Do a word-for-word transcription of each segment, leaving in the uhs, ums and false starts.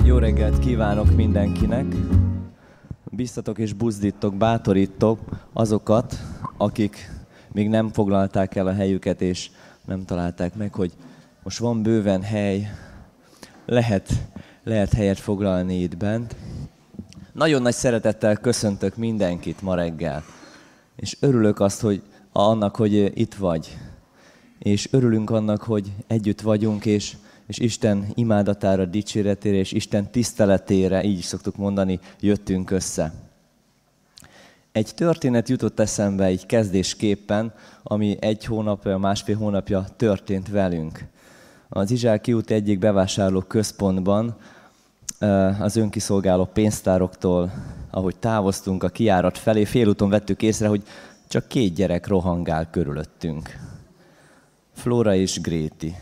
Jó reggelt kívánok mindenkinek! Biztatok és buzdítok, bátorítok azokat, akik még nem foglalták el a helyüket és nem találták meg, hogy most van bőven hely, lehet, lehet helyet foglalni itt bent. Nagyon nagy szeretettel köszöntök mindenkit ma reggel, és örülök azt, hogy annak, hogy itt vagy. És örülünk annak, hogy együtt vagyunk, és, és Isten imádatára, dicséretére, és Isten tiszteletére, így is szoktuk mondani, jöttünk össze. Egy történet jutott eszembe így kezdésképpen, ami egy hónapja, másfél hónapja történt velünk. Az Izsák kiúti egyik bevásárló központban az önkiszolgáló pénztároktól, ahogy távoztunk a kijárat felé, félúton vettük észre, hogy csak két gyerek rohangál körülöttünk. Flóra és Gréti.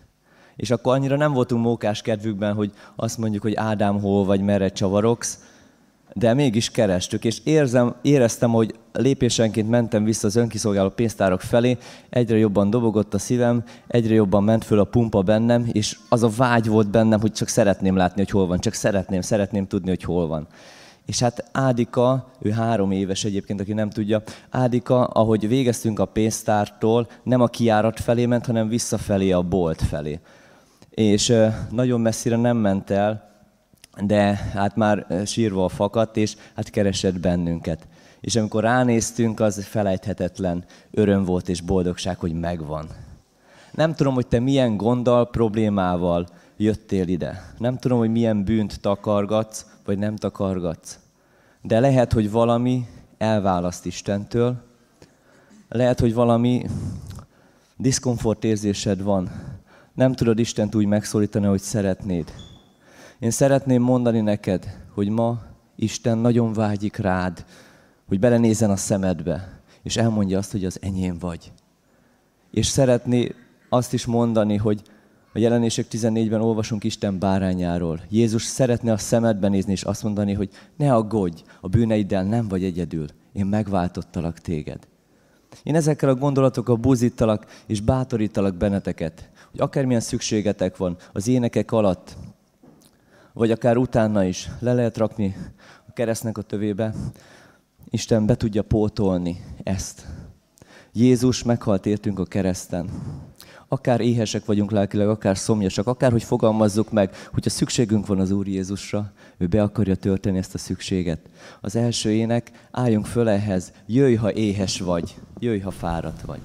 És akkor annyira nem voltunk mókás kedvükben, hogy azt mondjuk, hogy Ádám, hol vagy, merre csavarogsz, de mégis kerestük, és érzem, éreztem, hogy lépésenként mentem vissza az önkiszolgáló pénztárak felé, egyre jobban dobogott a szívem, egyre jobban ment föl a pumpa bennem, és az a vágy volt bennem, hogy csak szeretném látni, hogy hol van, csak szeretném, szeretném tudni, hogy hol van. És hát Ádika, ő három éves egyébként, aki nem tudja, Ádika, ahogy végeztünk a pénztártól, nem a kijárat felé ment, hanem visszafelé a bolt felé. És nagyon messzire nem ment el, de hát már sírva fakadt, és hát keresett bennünket. És amikor ránéztünk, az felejthetetlen öröm volt és boldogság, hogy megvan. Nem tudom, hogy te milyen gonddal, problémával jöttél ide. Nem tudom, hogy milyen bűnt takargatsz, vagy nem takargatsz. De lehet, hogy valami elválaszt Istentől. Lehet, hogy valami diszkomfort érzésed van. Nem tudod Istent úgy megszólítani, hogy szeretnéd. Én szeretném mondani neked, hogy ma Isten nagyon vágyik rád, hogy belenézzen a szemedbe, és elmondja azt, hogy az enyém vagy. És szeretné azt is mondani, hogy a Jelenések tizennégyben olvasunk Isten bárányáról. Jézus szeretne a szemedbe nézni, és azt mondani, hogy ne aggódj, a bűneiddel nem vagy egyedül, én megváltottalak téged. Én ezekkel a gondolatokkal buzdítalak, és bátorítalak benneteket, hogy akármilyen szükségetek van az énekek alatt, vagy akár utána is le lehet rakni a keresztnek a tövébe, Isten be tudja pótolni ezt. Jézus meghalt értünk a kereszten. Akár éhesek vagyunk lelkileg, akár szomjasak, akár hogy fogalmazzuk meg, hogyha szükségünk van az Úr Jézusra, ő be akarja tölteni ezt a szükséget. Az első ének, álljunk föl ehhez, jöjj, ha éhes vagy, jöjj, ha fáradt vagy.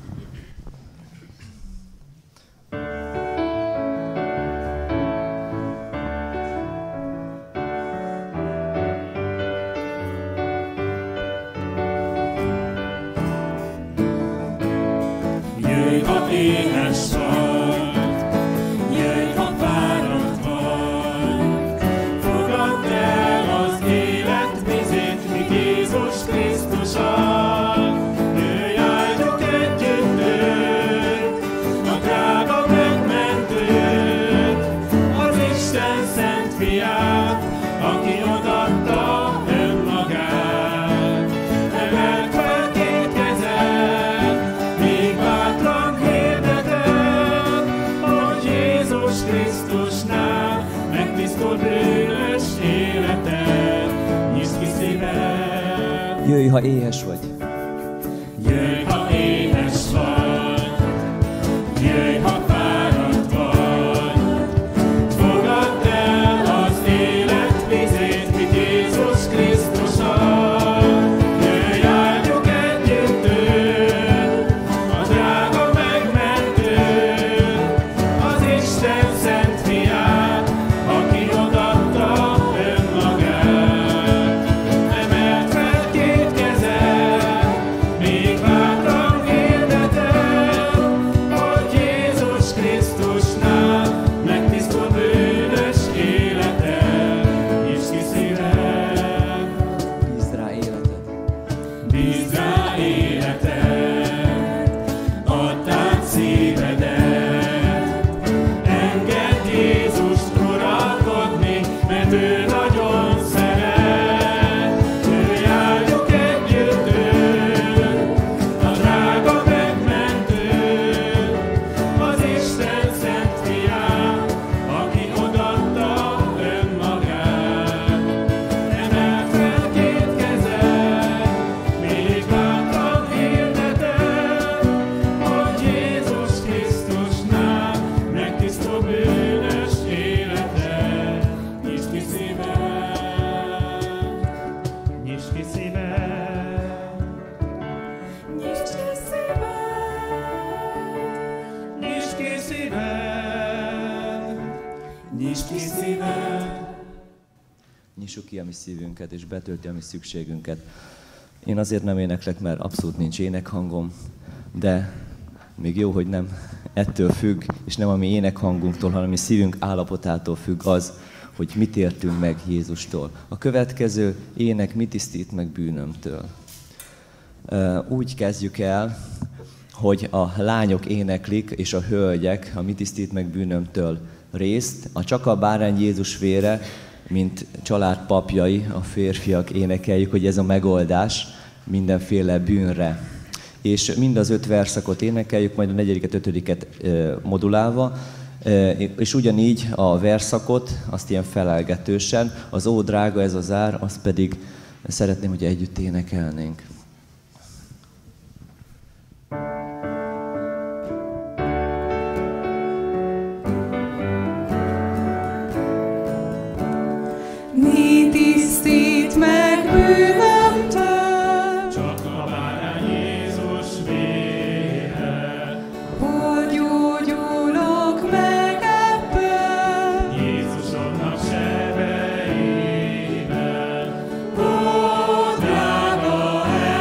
Éhes vagy, jöjj, ha fáradt vagy, fogadd el az élet vizét, mint Jézus Krisztussal. Jöjj, áldjuk együtt őt, a drága megmentőt, az Isten szent fiát, aki odaadta önmagát. Emeld fel két kezed, még bátran Krisztusnál megtisztul bűnös életed, nyisd ki szíved. Jöjj, ha éhes vagy. Jöjj, ha éhes vagy, jöjj, ha fáradt vagy, fogadd el az élet vizét, mint Jézus Krisztussal. Jöjj, áldjuk együtt őt, a drága megmentőt, az Isten szent fiát, aki odaadta önmagát. Emeld fel két kezed, Nyisd ki szíved. Nyissuk ki a mi szívünket, és betölti a mi szükségünket. Én azért nem éneklek, mert abszolút nincs énekhangom, de még jó, hogy nem ettől függ, és nem a mi énekhangunktól, hanem a mi szívünk állapotától függ az, hogy mit értünk meg Jézustól. A következő ének mit tisztít meg bűnömtől. Úgy kezdjük el, hogy a lányok éneklik, és a hölgyek a mit tisztít meg bűnömtől részt. A Csak a bárány Jézus vére, mint család papjai, a férfiak énekeljük, hogy ez a megoldás mindenféle bűnre. És mind az öt verszakot énekeljük, majd a negyediket, ötödiket modulálva, és ugyanígy a verszakot, azt ilyen felelgetősen, az ó drága ez az ár, azt pedig szeretném, hogy együtt énekelnénk. Mi tisztít meg bűnömtől? Csak a bárány Jézus vére. Hol gyógyulok meg ebből? Jézusomnak sebeiben. Ó, drága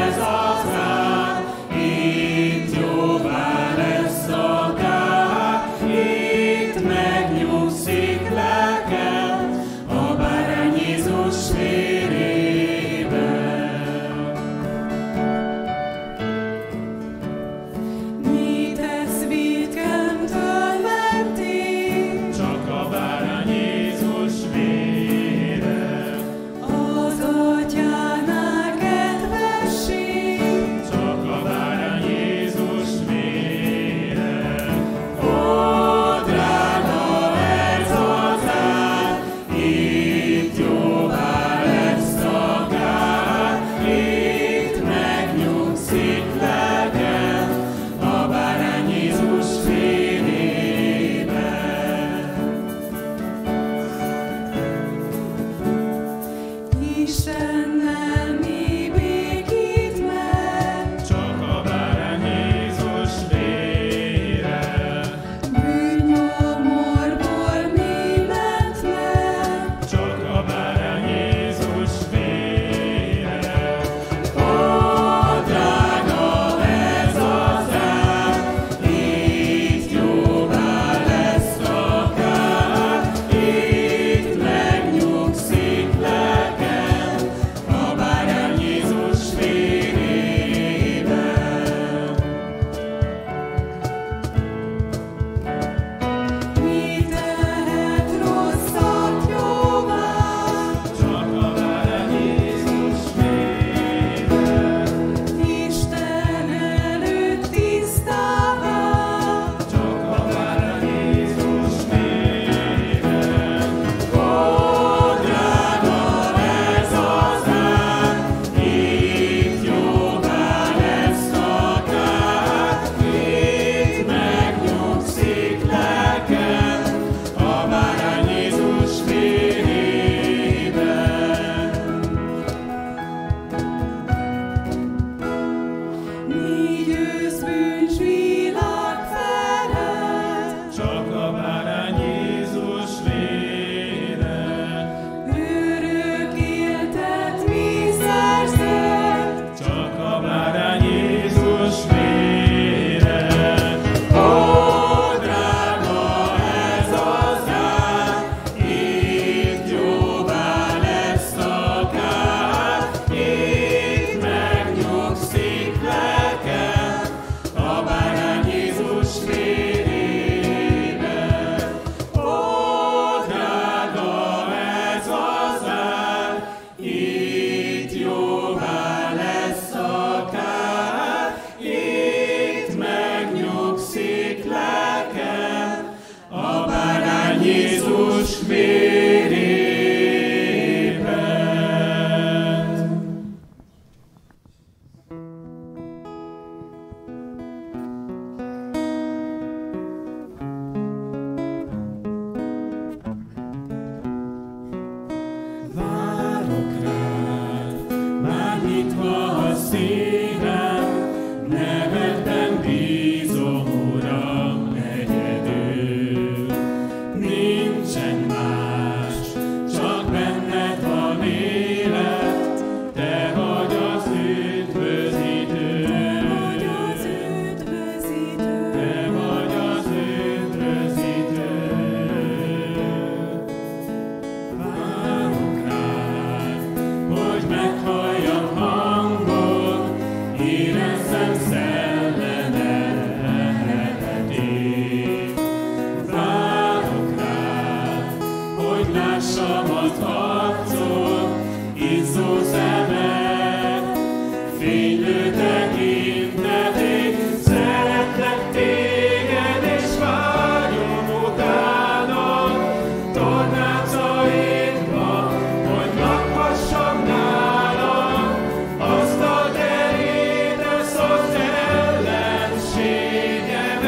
lássam az arcod, izzó szemed, fénylő tekintetét, szeretlek téged és vágyom utánad, tornácaidba, hogy lakhassam nálad, azt a terítesz az ellenségem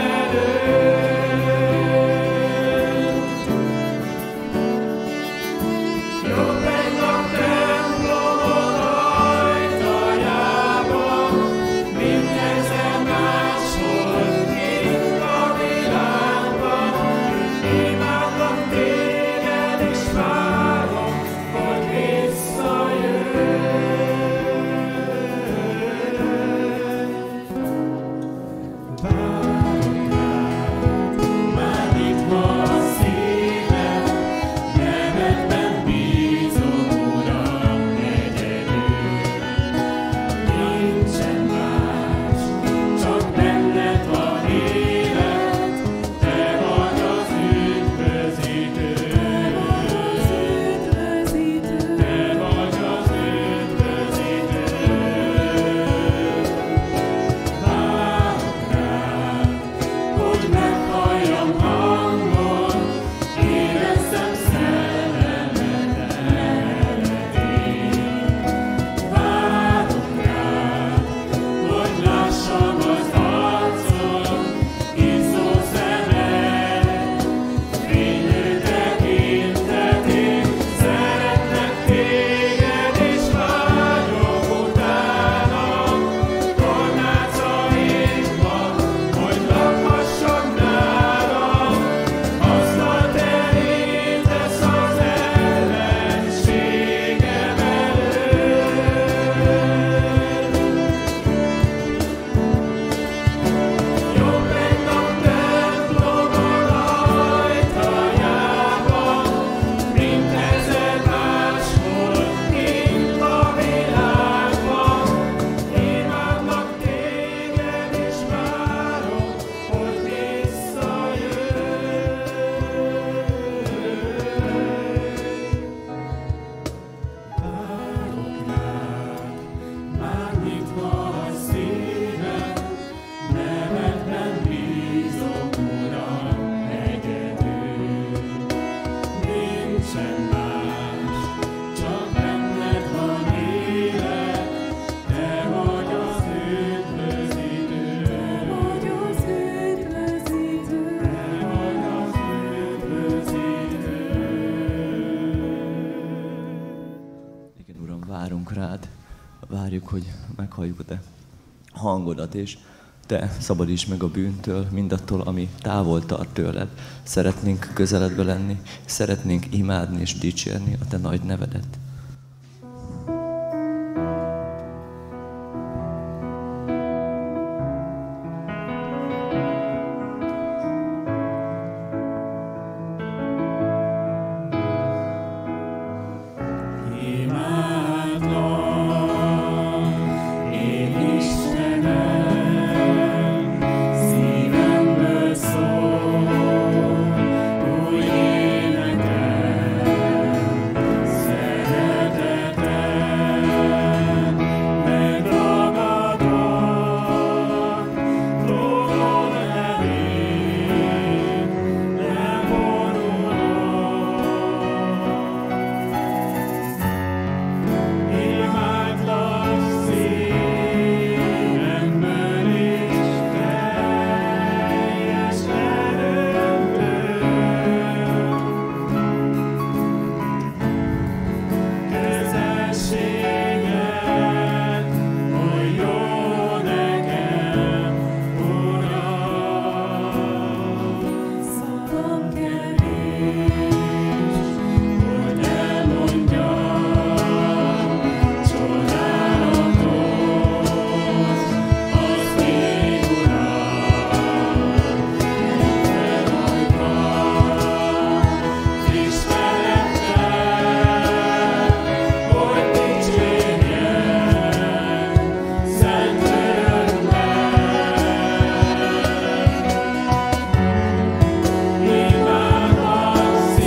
előtt. Jobb egy nap templomod ajtajában, mint ezer máshol itt a világban. Imádlak téged és várom, hogy visszajöjj. Várok rád, már nyitva a szívem, nevedben bízom, Uram, egyedül. Nincsen más, csak benned van élet, te vagy az üdvözítő. Te vagy az üdvözítő. Várok rád, hogy meghalljam hangod, érezzem szellemed eredély. Várok rád, hogy lássam az arcod, izzó szemed, fénylő tekintetét, szeretlek téged és vágyom utánad, tornácaidban, hogy lakhassam nálad, asztalt terítesz az ellenségem előtt. Jobb egy nap templomod ajtajában, mint ezer máshol itt a világban. Imádlak téged és várom, hogy visszajöjj. Várok rád, már nyitva a szívem, nevedben bízom, Uram, egyedül. Nincsen más, csak benned van élet, te vagy az üdvözítő. Te vagy az üdvözítő. Te vagy az üdvözítő. Igen, Uram, várunk rád, várjuk, hogy meghalljuk a te hangodat, és te szabadíts meg a bűntől, mindattól, ami távol tart tőled. Szeretnénk közeledbe lenni, szeretnénk imádni és dicsérni a te nagy nevedet. Imádlak, én Istenem, szívemből szól, új énekem, szeretetem, megragadok, trónod elé, leborulok. Imádlak szívemből és teljes erőmből. Közelséged oly jó nekem, Uram. Szavam kevés, hogy elmondjam csodálatos az ég Uram. Te rajtad tisztelettel, hogy dicsérjen szent örömmel. Imádlak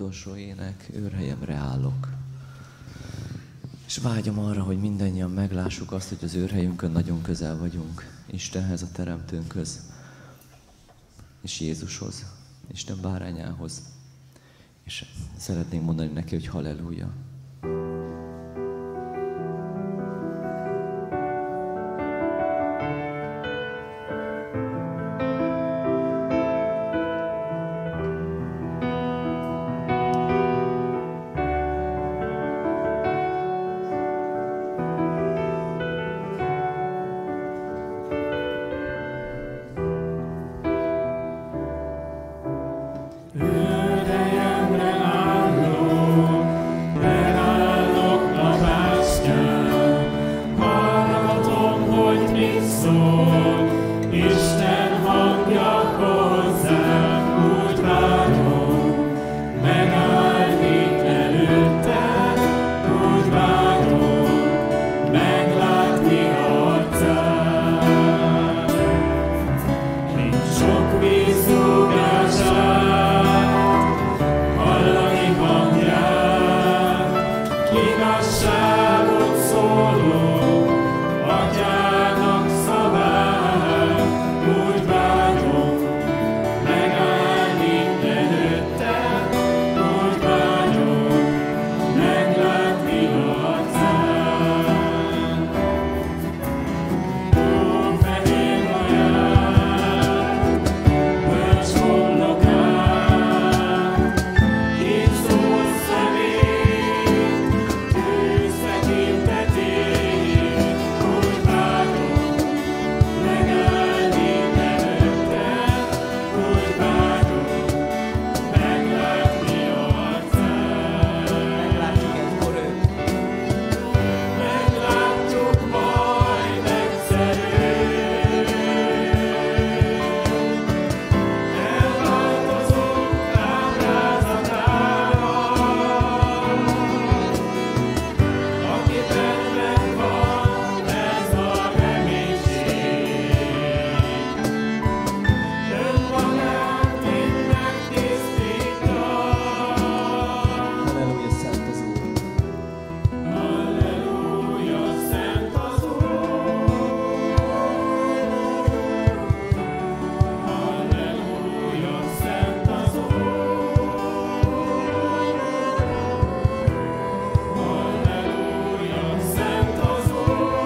utolsó ének, őrhelyemre állok. És vágyom arra, hogy mindannyian meglássuk azt, hogy az őrhelyünkön nagyon közel vagyunk. Istenhez, a Teremtőnkhöz, és Jézushoz, Isten bárányához. És szeretnénk mondani neki, hogy halleluja. Őrhelyemre állok, megállok a bástyán, hallgatom, hogy mit szól, Isten hangja hozzám, úgy várom, megállni előtte, úgy várom, meglátni arcát. Mint sok víz zúgását, hallani hangját, igazságot szóló Atyának szavát, úgy vágyom megállni előtte, úgy vágyom meglátni arcát. Ó, fehér haját, bölcs homlokát, izzó szemét, tűz tekintetét, úgy vágyom megállni előtte, úgy vágyom meglátni arcát. Meglátjuk egykor őt. Meglátjuk majd egyszerűen, elváltozunk ábrázatával, akiben megvan ez a reménység. Önmagát mind megtisztítja. Halleluja, szent az Úr. Halleluja, szent az Úr! Halleluja, szent az Úr! Halleluja, szent az Úr!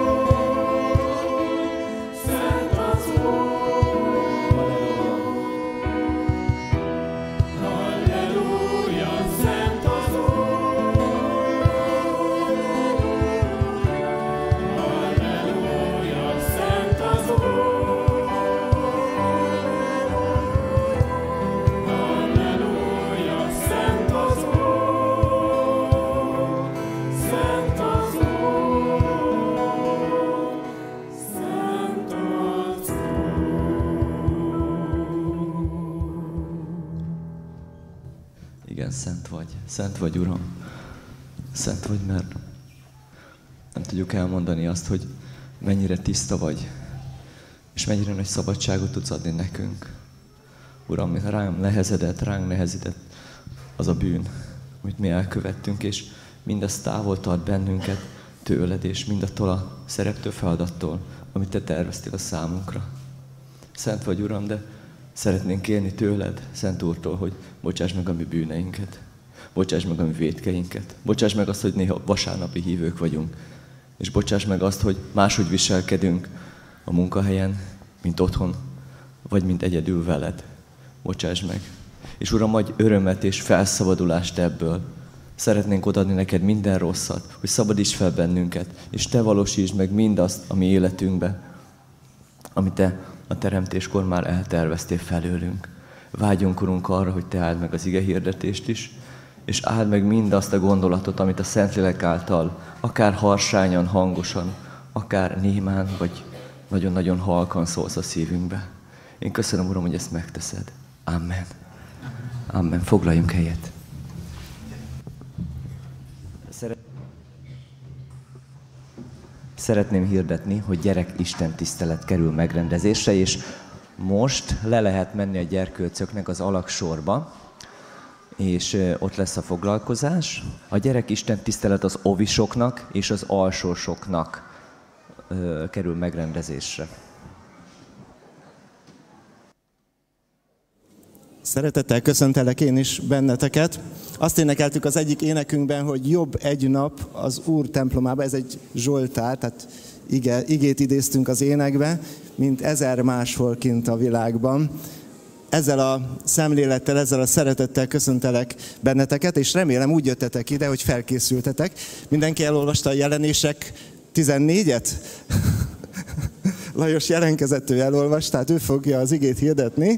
Szent az Úr! Halleluja, szent az Úr! Halleluja, szent az Úr! Halleluja, szent az Úr! Szent az Úr! Szent az Igen, szent vagy. Szent vagy, Uram. Szent vagy, mert nem tudjuk elmondani azt, hogy mennyire tiszta vagy, és mennyire nagy szabadságot tudsz adni nekünk. Uram, mint rám nehezedett, ránk nehezedett az a bűn, amit mi elkövettünk, és mindezt távol tart bennünket tőled, és mindattól a szereptől, feladattól, amit te terveztél a számunkra. Szent vagy, Uram, de szeretnénk kérni tőled, Szent Úrtól, hogy bocsáss meg a mi bűneinket, bocsáss meg a mi vétkeinket, bocsáss meg azt, hogy néha vasárnapi hívők vagyunk, és bocsáss meg azt, hogy máshogy viselkedünk a munkahelyen, mint otthon, vagy mint egyedül veled. Bocsáss meg. És Uram, adj örömet és felszabadulást ebből. Szeretnénk odaadni neked minden rosszat, hogy szabadíts fel bennünket, és te valósítsd meg mindazt a mi életünkbe, amit te a teremtéskor már elterveztél felőlünk. Vágyunk, Urunk, arra, hogy te áld meg az ige hirdetést is, és áld meg mindazt a gondolatot, amit a Szentlélek által, akár harsányan, hangosan, akár némán, vagy nagyon-nagyon halkan szólsz a szívünkbe. Én köszönöm, Uram, hogy ezt megteszed. Amen. Amen. Foglaljunk helyet. Szeret... Szeretném hirdetni, hogy gyerek-isten tisztelet kerül megrendezésre, és most le lehet menni a gyerkőcöknek az alagsorba, és ott lesz a foglalkozás. A gyerekisten tisztelet az ovisoknak és az alsósoknak kerül megrendezésre. Szeretettel köszöntelek én is benneteket. Azt énekeltük az egyik énekünkben, hogy jobb egy nap az Úr templomában, ez egy zsoltár, tehát ige, igét idéztünk az énekbe, mint ezer máshol kint a világban. Ezzel a szemlélettel, ezzel a szeretettel köszöntelek benneteket, és remélem úgy jöttetek ide, hogy felkészültetek. Mindenki elolvasta a Jelenések tizennégyet? Lajos jelenkezett, ő elolvast, tehát ő fogja az igét hirdetni.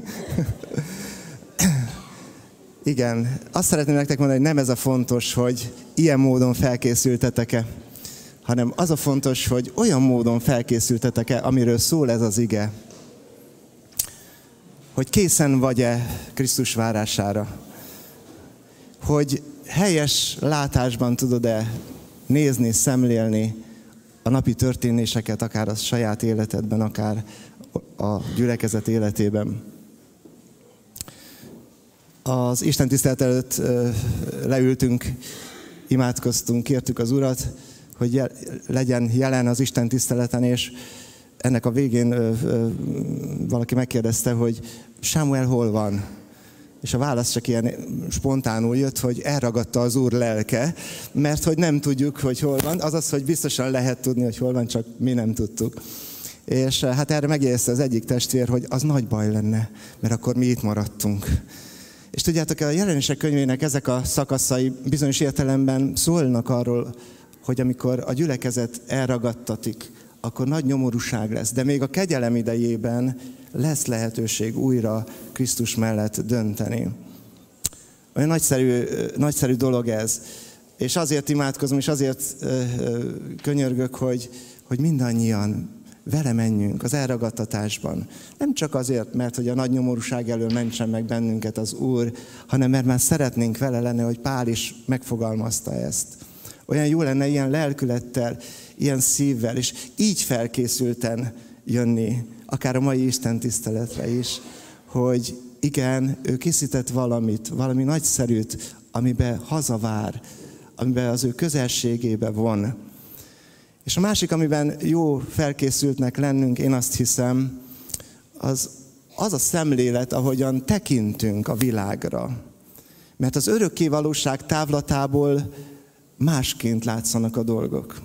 Igen, azt szeretném nektek mondani, hogy nem ez a fontos, hogy ilyen módon felkészültetek-e, hanem az a fontos, hogy olyan módon felkészültetek-e, amiről szól ez az ige. Hogy készen vagy-e Krisztus várására. Hogy helyes látásban tudod-e nézni, szemlélni a napi történéseket, akár a saját életedben, akár a gyülekezet életében. Az Isten tisztelet előtt leültünk, imádkoztunk, kértük az Urat, hogy legyen jelen az Isten tiszteleten, és ennek a végén valaki megkérdezte, hogy Sámuel hol van? És a válasz csak ilyen spontánul jött, hogy elragadta az Úr lelke, mert hogy nem tudjuk, hogy hol van. Azaz, hogy biztosan lehet tudni, hogy hol van, csak mi nem tudtuk. És hát erre megjegyezte az egyik testvér, hogy az nagy baj lenne, mert akkor mi itt maradtunk. És tudjátok, a Jelenések könyvének ezek a szakaszai bizonyos értelemben szólnak arról, hogy amikor a gyülekezet elragadtatik, akkor nagy nyomorúság lesz. De még a kegyelem idejében lesz lehetőség újra Krisztus mellett dönteni. Olyan nagyszerű, nagyszerű dolog ez. És azért imádkozom, és azért könyörgök, hogy, hogy mindannyian vele menjünk az elragadtatásban. Nem csak azért, mert hogy a nagy nyomorúság elől mentsen meg bennünket az Úr, hanem mert már szeretnénk vele lenni, hogy Pál is megfogalmazta ezt. Olyan jó lenne ilyen lelkülettel, ilyen szívvel, és így felkészülten jönni, akár a mai Isten tiszteletre is, hogy igen, ő készített valamit, valami nagyszerűt, amiben hazavár, amiben az ő közelségébe von. És a másik, amiben jó felkészültnek lennünk, én azt hiszem, az, az a szemlélet, ahogyan tekintünk a világra. Mert az örökké valóság távlatából másként látszanak a dolgok.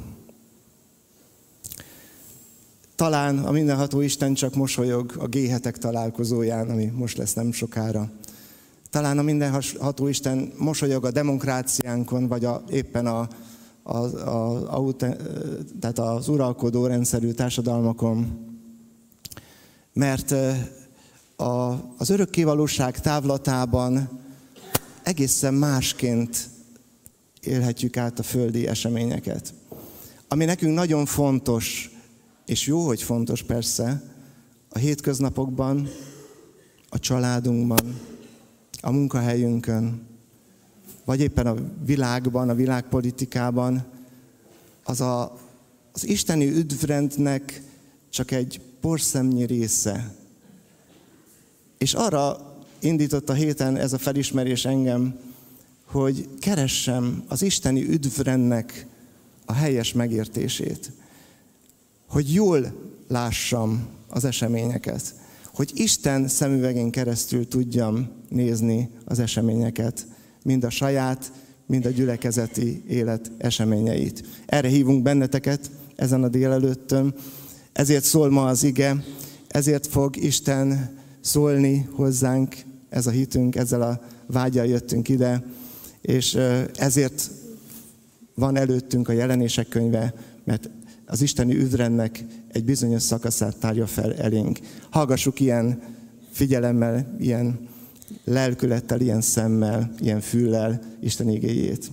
Talán a mindenható Isten csak mosolyog a G-hetek találkozóján, ami most lesz nem sokára. Talán a mindenható Isten mosolyog a demokráciánkon, vagy a, éppen a, a, a, a, tehát az uralkodó rendszerű társadalmakon. Mert a, az örökkévalóság távlatában egészen másként élhetjük át a földi eseményeket. Ami nekünk nagyon fontos, és jó, hogy fontos persze, a hétköznapokban, a családunkban, a munkahelyünkön, vagy éppen a világban, a világpolitikában, az a, az isteni üdvrendnek csak egy porszemnyi része. És arra indított a héten ez a felismerés engem, hogy keressem az isteni üdvrendnek a helyes megértését. Hogy jól lássam az eseményeket. Hogy Isten szemüvegén keresztül tudjam nézni az eseményeket. Mind a saját, mind a gyülekezeti élet eseményeit. Erre hívunk benneteket ezen a délelőttön. Ezért szól ma az ige, ezért fog Isten szólni hozzánk, ez a hitünk, ezzel a vággyal jöttünk ide, és ezért van előttünk a Jelenések könyve, mert az isteni üdvrendnek egy bizonyos szakaszát tárja fel elénk. Hallgassuk ilyen figyelemmel, ilyen lelkülettel, ilyen szemmel, ilyen füllel Isten igéjét.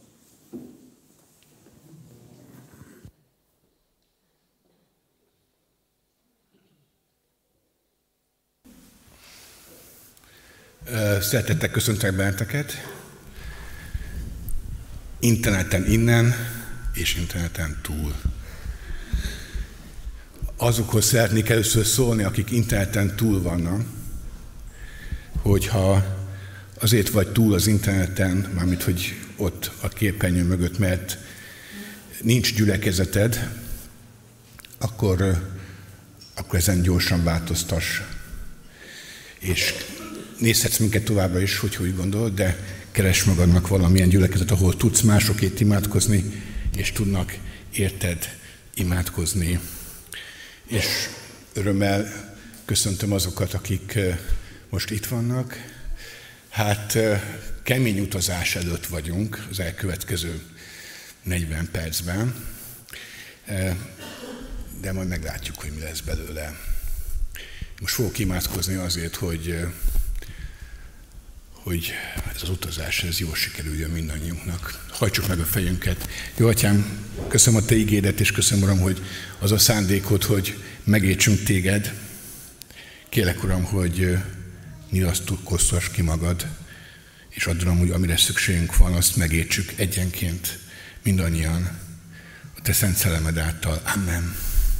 Szeretettel köszöntelek benneteket. Interneten innen és interneten túl. Azokhoz szeretnék először szólni, akik interneten túl vannak, hogyha azért vagy túl az interneten, mármint hogy ott a képernyő mögött, mert nincs gyülekezeted, akkor, akkor ezen gyorsan változtass. És nézhetsz minket továbbra is, hogy úgy gondolod, de keresd magadnak valamilyen gyülekezet, ahol tudsz másokért imádkozni, és tudnak érted imádkozni. És örömmel köszöntöm azokat, akik most itt vannak. Hát kemény utazás előtt vagyunk az elkövetkező negyven percben, de majd meglátjuk, hogy mi lesz belőle. Most fogok imádkozni azért, hogy, hogy ez az utazás ez jól sikerüljön mindannyiunknak. Hajtsuk meg a fejünket. Jó Atyám, köszönöm a Te igédet, és köszönöm, Uram, hogy az a szándékod, hogy megértsünk Téged. Kérlek, Uram, hogy nyilatkoztass ki magad, és add, Uram, hogy amire szükségünk van, azt megértsük egyenként, mindannyian, a Te szent szellemed által. Amen.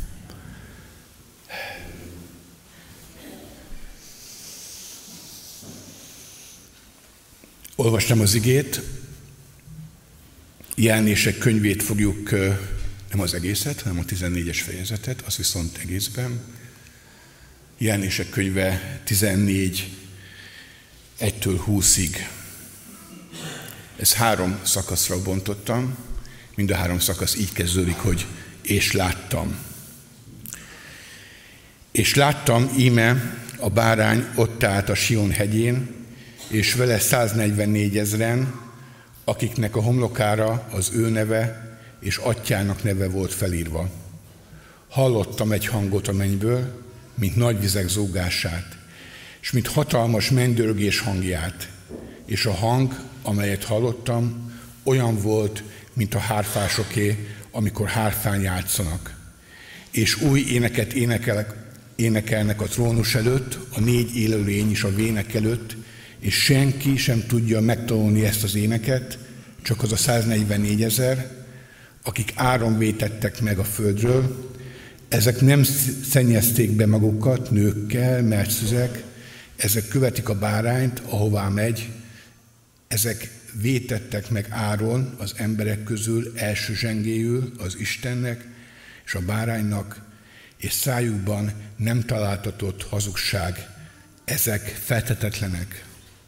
Olvastam az igét, Jelenések könyvét fogjuk, nem az egészet, hanem a tizennégyes fejezetet, az viszont egészben. Jelenések könyve tizennégy, egytől húszig. Ez három szakaszra bontottam, mind a három szakasz így kezdődik, hogy és láttam. És láttam, íme a bárány ott állt a Sion hegyén, és vele száznegyvennégy ezren, akiknek a homlokára az ő neve és atyának neve volt felírva. Hallottam egy hangot a mennyből, mint nagy vizek zúgását, és mint hatalmas mennydörgés hangját, és a hang, amelyet hallottam, olyan volt, mint a hárfásoké, amikor hárfán játszanak. És új éneket énekelnek, énekelnek a trónus előtt, a négy élőlény is a vének előtt, és senki sem tudja megtanulni ezt az éneket, csak az a száznegyvennégy ezer, akik áron vétettek meg a földről. Ezek nem szennyezték be magukat nőkkel, mert szüzek, ezek követik a bárányt, ahová megy, ezek vétettek meg áron az emberek közül első zsengéül az Istennek és a báránynak, és szájukban nem találtatott hazugság, ezek feltetetlenek.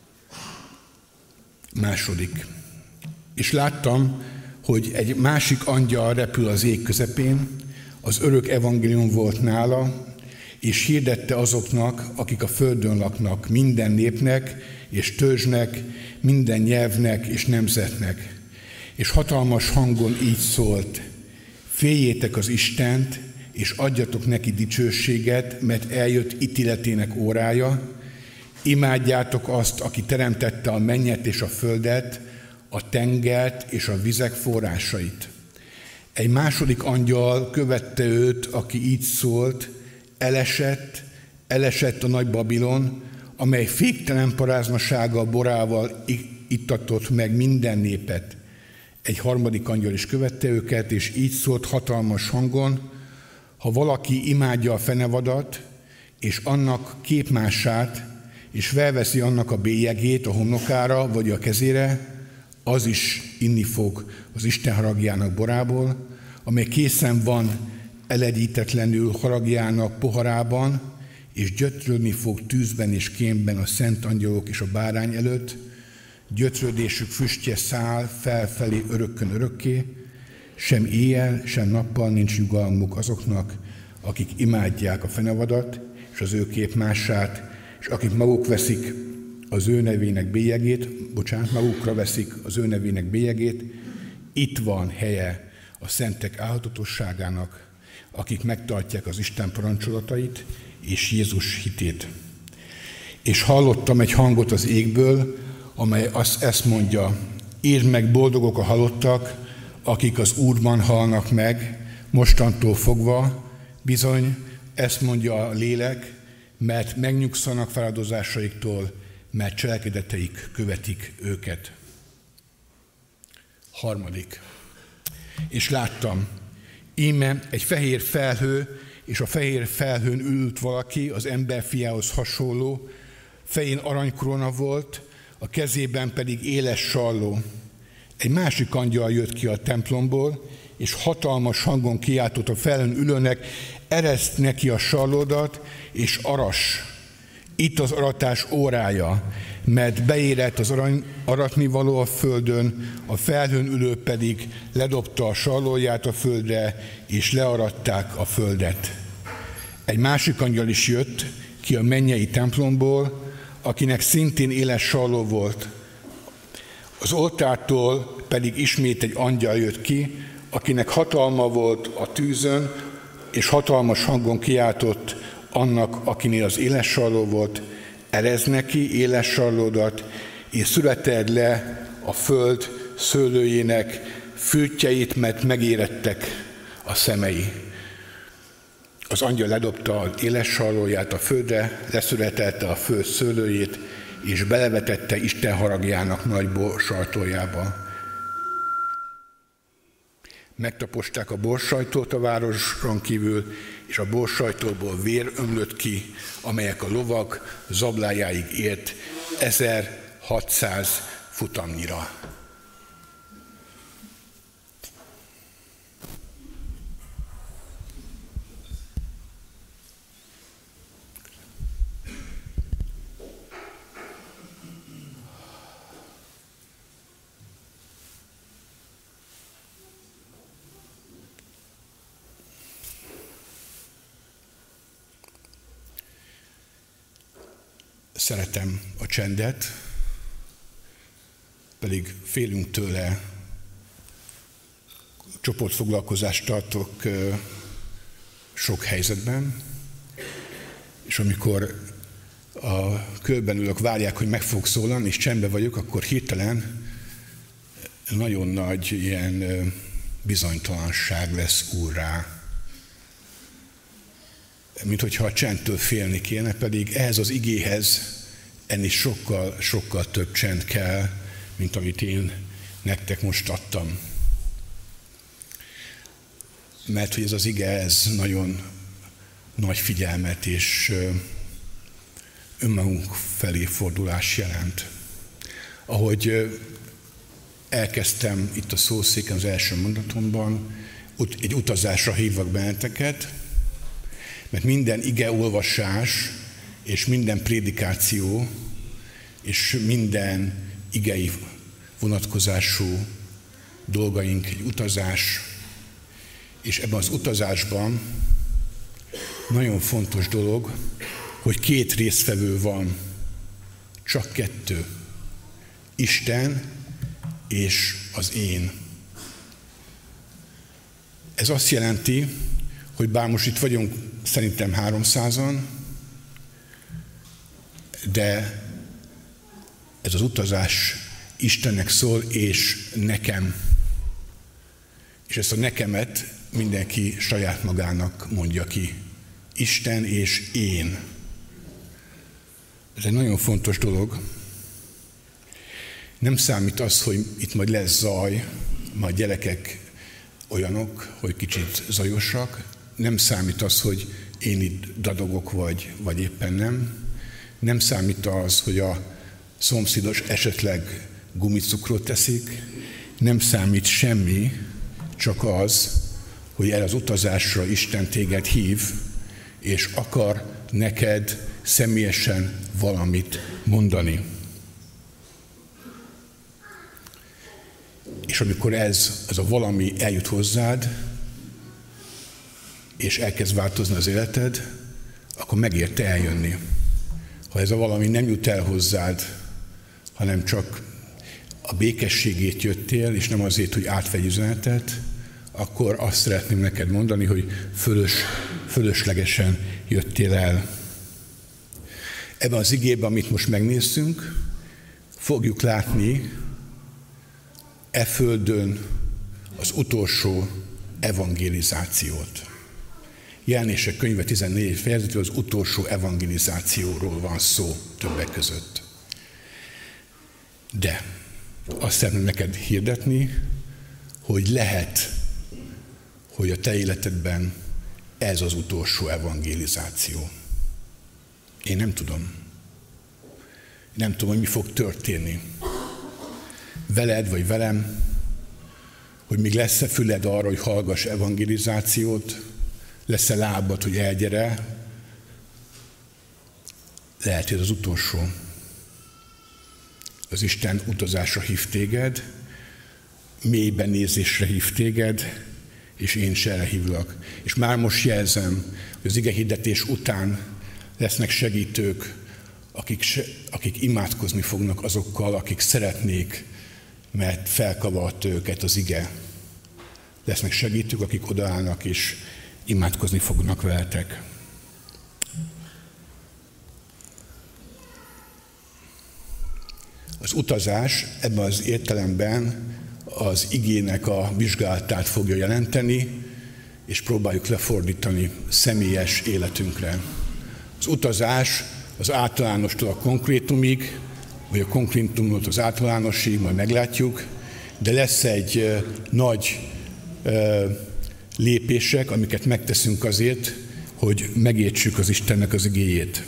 Második. És láttam, hogy egy másik angyal repül az ég közepén, az örök evangélium volt nála, és hirdette azoknak, akik a földön laknak, minden népnek és törzsnek, minden nyelvnek és nemzetnek. És hatalmas hangon így szólt: féljétek az Istent, és adjatok neki dicsőséget, mert eljött ítéletének órája. Imádjátok azt, aki teremtette a mennyet és a földet, a tengert és a vizek forrásait. Egy második angyal követte őt, aki így szólt: elesett, elesett a nagy Babilon, amely féktelen paráznasága borával ittatott meg minden népet. Egy harmadik angyal is követte őket, és így szólt hatalmas hangon: ha valaki imádja a fenevadat, és annak képmását, és felveszi annak a bélyegét a homlokára vagy a kezére, az is inni fog az Isten haragjának borából, amely készen van eledítetlenül haragjának poharában, és gyötrődni fog tűzben és kémben a szent angyalok és a bárány előtt, gyötrődésük füstje száll felfelé örökkön örökké, sem éjjel, sem nappal nincs nyugalmuk azoknak, akik imádják a fenevadat és az ő képmását, és akik maguk veszik az ő nevének bélyegét, bocsánat, magukra veszik az ő nevének bélyegét, itt van helye a szentek álhatatosságának, akik megtartják az Isten parancsolatait és Jézus hitét. És hallottam egy hangot az égből, amely azt ezt mondja: írd meg, boldogok a halottak, akik az Úrban halnak meg, mostantól fogva, bizony, ezt mondja a lélek, mert megnyugszanak fáradozásaiktól, mert cselekedeteik követik őket. Harmadik. És láttam, íme egy fehér felhő, és a fehér felhőn ült valaki, az ember fiához hasonló, fején aranykorona volt, a kezében pedig éles salló. Egy másik angyal jött ki a templomból, és hatalmas hangon kiáltott a felhőn ülőnek: ereszt neki a sallódat, és aras. Itt az aratás órája, mert beérett az arany, aratnivaló a földön, a felhőn ülő pedig ledobta a sallóját a földre, és learatták a földet. Egy másik angyal is jött ki a mennyei templomból, akinek szintén éles salló volt. Az oltártól pedig ismét egy angyal jött ki, akinek hatalma volt a tűzön, és hatalmas hangon kiáltott annak, akinél az éles salló volt: erezd neki éles sallódat, és születeld le a föld szőlőjének fürtjeit, mert megérettek a szemei. Az angyal ledobta az éles sallóját a földre, leszületelte a föld szőlőjét, és belevetette Isten haragjának nagy borsajtójába. Megtaposták a borsajtót a városon kívül, és a borsajtóból vér ömlött ki, amelyek a lovak zablájáig ért ezerhatszáz futamnyira. Szeretem a csendet, pedig félünk tőle. Csoportfoglalkozást tartok sok helyzetben, és amikor a körben ülök, várják, hogy meg fogok szólalni, és csendben vagyok, akkor hirtelen nagyon nagy ilyen bizonytalanság lesz úrrá. Mint hogyha a csendtől félni kéne, pedig ehhez az igéhez ennél sokkal, sokkal több csend kell, mint amit én nektek most adtam. Mert hogy ez az ige, ez nagyon nagy figyelmet és önmagunk felé fordulás jelent. Ahogy elkezdtem itt a szószéken az első mondatomban, egy utazásra hívlak benneteket, mert minden ige olvasás, és minden prédikáció, és minden igei vonatkozású dolgaink egy utazás, és ebben az utazásban nagyon fontos dolog, hogy két résztvevő van, csak kettő. Isten és az én. Ez azt jelenti, hogy bár most itt vagyunk szerintem háromszázan, de ez az utazás Istennek szól, és nekem. És ezt a nekemet mindenki saját magának mondja ki. Isten és én. Ez egy nagyon fontos dolog. Nem számít az, hogy itt majd lesz zaj, majd gyerekek olyanok, hogy kicsit zajosak. Nem számít az, hogy én itt dadogok vagy, vagy éppen nem. Nem számít az, hogy a szomszédos esetleg gumicukrot teszik. Nem számít semmi, csak az, hogy erre az utazásra Isten téged hív, és akar neked személyesen valamit mondani. És amikor ez, ez a valami eljut hozzád, és elkezd változni az életed, akkor megérte eljönni. Ha ez a valami nem jut el hozzád, hanem csak a békességét jöttél, és nem azért, hogy átvegy üzenetet, akkor azt szeretném neked mondani, hogy fölös, fölöslegesen jöttél el. Ebben az igében, amit most megnézzünk, fogjuk látni e földön az utolsó evangelizációt. Jelenések könyve tizennégy fejezetről az utolsó evangelizációról van szó többek között. De azt szeretném neked hirdetni, hogy lehet, hogy a te életedben ez az utolsó evangelizáció. Én nem tudom. Nem tudom, hogy mi fog történni. Veled vagy velem, hogy még lesz-e füled arra, hogy hallgass evangelizációt, lesz-e lábad, hogy elgyere. Lehet, hogy ez az utolsó. Az Isten utazásra hív téged, mélyben nézésre hív téged, és én is erre hívlak. És már most jelzem, hogy az igehirdetés után lesznek segítők, akik, se, akik imádkozni fognak azokkal, akik szeretnék, mert felkavart őket az ige. Lesznek segítők, akik odaállnak és imádkozni fognak veletek. Az utazás ebben az értelemben az igének a vizsgálatát fogja jelenteni, és próbáljuk lefordítani személyes életünkre. Az utazás az általánostól a konkrétumig, vagy a konkrétumot az általánosig, majd meglátjuk, de lesz egy uh, nagy uh, lépések, amiket megteszünk azért, hogy megértsük az Istennek az igéjét.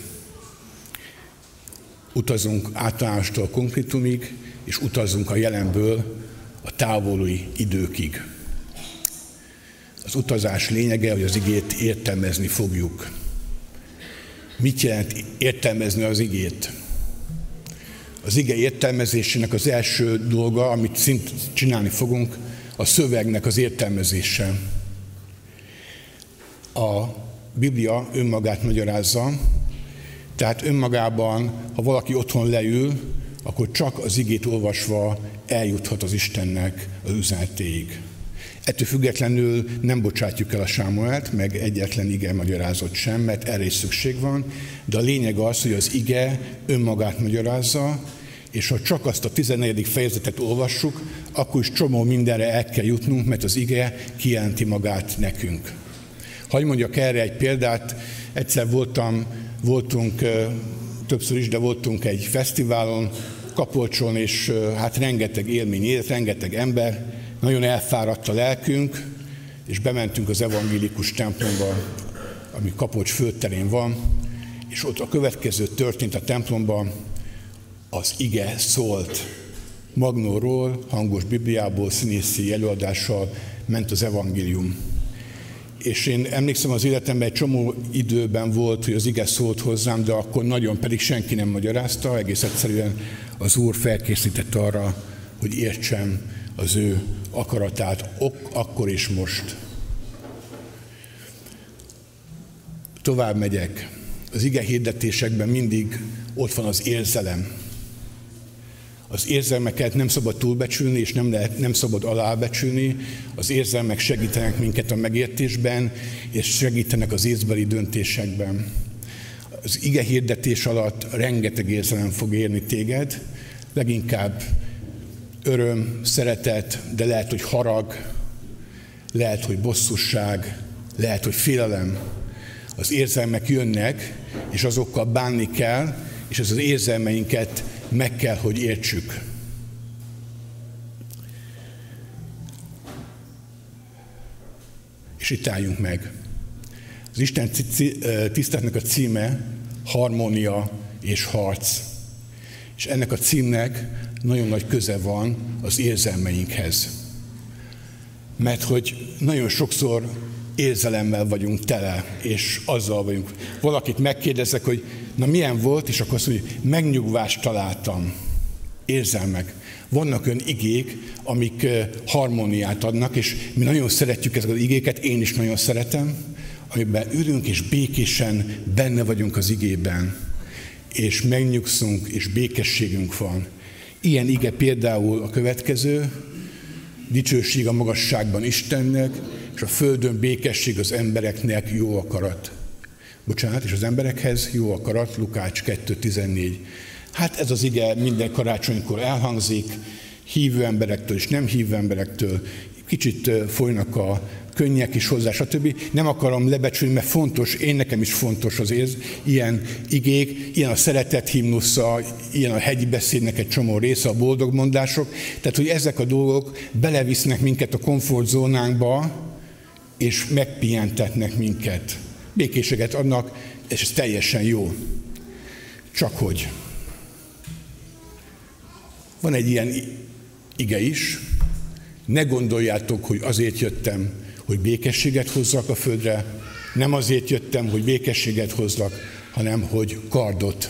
Utazunk általánostól a konkrétumig, és utazunk a jelenből a távoli időkig. Az utazás lényege, hogy az igét értelmezni fogjuk. Mit jelent értelmezni az igét? Az ige értelmezésének az első dolga, amit szint csinálni fogunk, a szövegnek az értelmezése. A Biblia önmagát magyarázza, tehát önmagában, ha valaki otthon leül, akkor csak az igét olvasva eljuthat az Istennek az üzenetéig. Ettől függetlenül nem bocsátjuk el a Sámuelt, meg egyetlen ige magyarázat sem, mert erre is szükség van, de a lényeg az, hogy az ige önmagát magyarázza, és ha csak azt a tizennegyedik fejezetet olvassuk, akkor is csomó mindenre el kell jutnunk, mert az ige kijelenti magát nekünk. Hadd mondjak erre egy példát, egyszer voltam, voltunk, többször is, de voltunk egy fesztiválon, Kapolcson, és hát rengeteg élmény élt, rengeteg ember, nagyon elfáradt a lelkünk, és bementünk az evangélikus templomba, ami Kapolcs földterén van, és ott a következő történt a templomban, az ige szólt. Magnóról, hangos Bibliából, színészi előadással ment az evangélium. És én emlékszem, az életemben egy csomó időben volt, hogy az ige szólt hozzám, de akkor nagyon, pedig senki nem magyarázta, egész egyszerűen az Úr felkészített arra, hogy értsem az ő akaratát, ok, akkor és most. Tovább megyek. Az ige hirdetésekben mindig ott van az érzelem. Az érzelmeket nem szabad túlbecsülni, és nem, lehet, nem szabad alábecsülni. Az érzelmek segítenek minket a megértésben, és segítenek az észbeli döntésekben. Az ige hirdetés alatt rengeteg érzelem fog érni téged, leginkább öröm, szeretet, de lehet, hogy harag, lehet, hogy bosszúság, lehet, hogy félelem. Az érzelmek jönnek, és azokkal bánni kell, és ez az érzelmeinket meg kell, hogy értsük. És itt álljunk meg. Az Isten tiszteletnek a címe harmónia és harc. És ennek a címnek nagyon nagy köze van az érzelmeinkhez. Mert hogy nagyon sokszor érzelemmel vagyunk tele, és azzal vagyunk. Valakit megkérdezek, hogy na milyen volt, és akkor azt mondja, hogy megnyugvást találtam. Érzelmek. Vannak olyan igék, amik harmóniát adnak, és mi nagyon szeretjük ezeket az igéket, én is nagyon szeretem, amiben ülünk és békésen benne vagyunk az igében, és megnyugszunk, és békességünk van. Ilyen ige például a következő, dicsőség a magasságban Istennek, és a földön békesség az embereknek jó akarat. Bocsánat, és az emberekhez jó akarat, Lukács kettő tizennégy. Hát ez az ige minden karácsonykor elhangzik, hívő emberektől és nem hívő emberektől, kicsit folynak a könnyek is hozzá, stb. Nem akarom lebecsülni, mert fontos, én nekem is fontos az érz, ilyen igék, ilyen a szeretet himnusza, ilyen a hegyi beszédnek egy csomó része, a boldogmondások. Tehát, hogy ezek a dolgok belevisznek minket a komfortzónánkba, és megpihentetnek minket. Békéséget adnak, és ez teljesen jó. Csak hogy Van egy ilyen ige is, ne gondoljátok, hogy azért jöttem, hogy békességet hozzak a földre, nem azért jöttem, hogy békességet hozzak, hanem hogy kardot.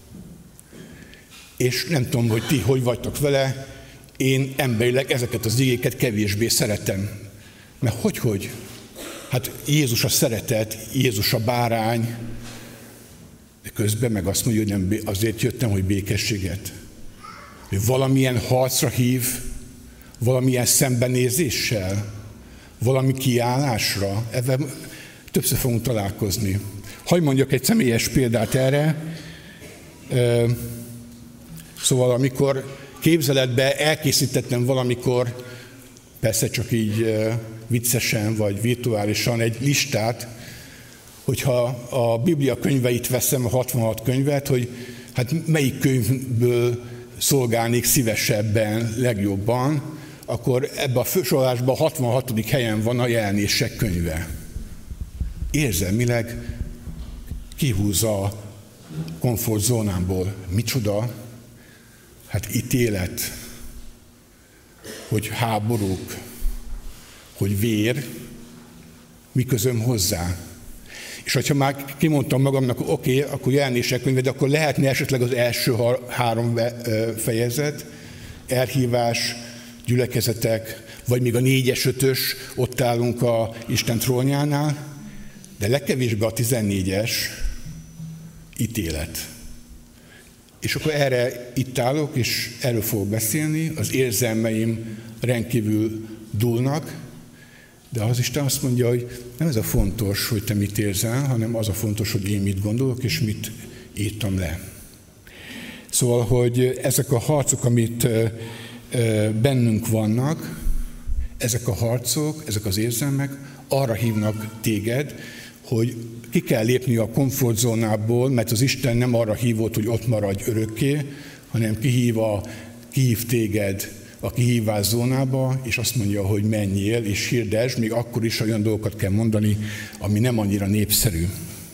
És nem tudom, hogy ti hogy vagytok vele, én emberileg ezeket az igéket kevésbé szeretem. Mert hogy-hogy? Hát Jézus a szeretet, Jézus a bárány, de közben meg azt mondja, hogy nem azért jöttem, hogy békességet. Hogy valamilyen harcra hív, valamilyen szembenézéssel, valami kiállásra, ebben többször fogunk találkozni. Hadd mondjak egy személyes példát erre. Szóval amikor képzeletbe elkészítettem valamikor, persze csak így viccesen vagy virtuálisan egy listát, hogyha a Biblia könyveit veszem, a hatvanhat könyvet, hogy hát melyik könyvből szolgálnék szívesebben, legjobban, akkor ebben a fősorolásban a hatvanhatodik helyen van a Jelenések könyve. Érzelmileg kihúzza a komfortzónámból. Micsoda? Hát ítélet, hogy háborúk, hogy vér, mi közöm hozzá. És hogyha már kimondtam magamnak, oké, okay, akkor Jelenések könyve, de akkor lehetne esetleg az első három fejezet, elhívás, gyülekezetek, vagy még a négyes, ötös, ott állunk a Isten trónjánál, de legkevésbé a tizennégyes ítélet. És akkor erre itt állok, és erről fogok beszélni, az érzelmeim rendkívül dúlnak, de az Isten azt mondja, hogy nem ez a fontos, hogy te mit érzel, hanem az a fontos, hogy én mit gondolok, és mit írtam le. Szóval, hogy ezek a harcok, amit bennünk vannak, ezek a harcok, ezek az érzelmek arra hívnak téged, hogy ki kell lépni a komfortzónából, mert az Isten nem arra hívott, hogy ott maradj örökké, hanem kihív, a, kihív téged a kihívás zónába, és azt mondja, hogy menjél és hirdesd, még akkor is olyan dolgokat kell mondani, ami nem annyira népszerű.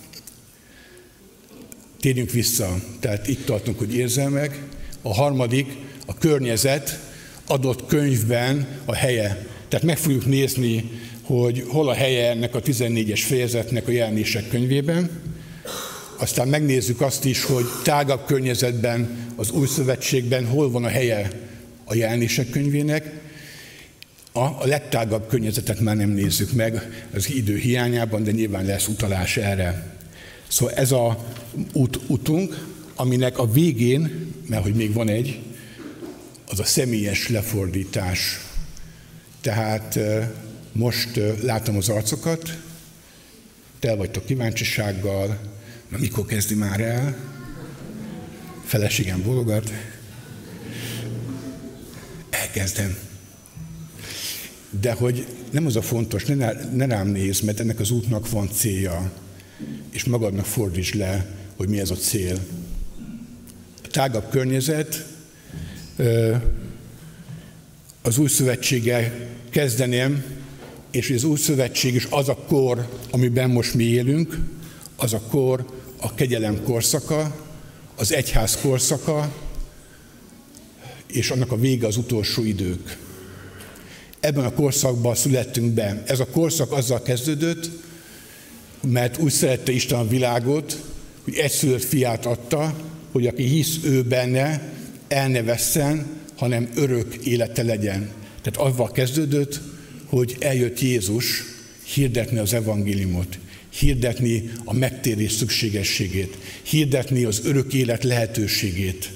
Térjünk vissza, tehát itt tartunk, hogy érzelmek. A harmadik, a környezet adott könyvben a helye. Tehát meg fogjuk nézni, hogy hol a helye ennek a tizennégyes fejezetnek a Jelenések könyvében. Aztán megnézzük azt is, hogy tágabb környezetben, az Új Szövetségben hol van a helye a Jelenések könyvének. A, a legtágabb környezetet már nem nézzük meg az idő hiányában, de nyilván lesz utalás erre. Szóval ez a út, utunk, aminek a végén, mert hogy még van egy, az a személyes lefordítás. Tehát most látom az arcokat, tel vagytok kíváncsisággal, na mikor kezdi már el? Feleségem bólogat. Elkezdem. De hogy nem az a fontos, ne, ne rám nézz, mert ennek az útnak van célja, és magadnak fordítsd le, hogy mi ez a cél. A tágabb környezet, az Új Szövetséggel kezdeném, és az Új Szövetség is az a kor, amiben most mi élünk, az a kor a kegyelem korszaka, az egyház korszaka, és annak a vége az utolsó idők. Ebben a korszakban születtünk be. Ez a korszak azzal kezdődött, mert úgy szerette Isten a világot, hogy egyszülött fiát adta, hogy aki hisz ő benne, el ne vesszen, hanem örök élete legyen. Tehát avval kezdődött, hogy eljött Jézus hirdetni az evangéliumot, hirdetni a megtérés szükségességét, hirdetni az örök élet lehetőségét.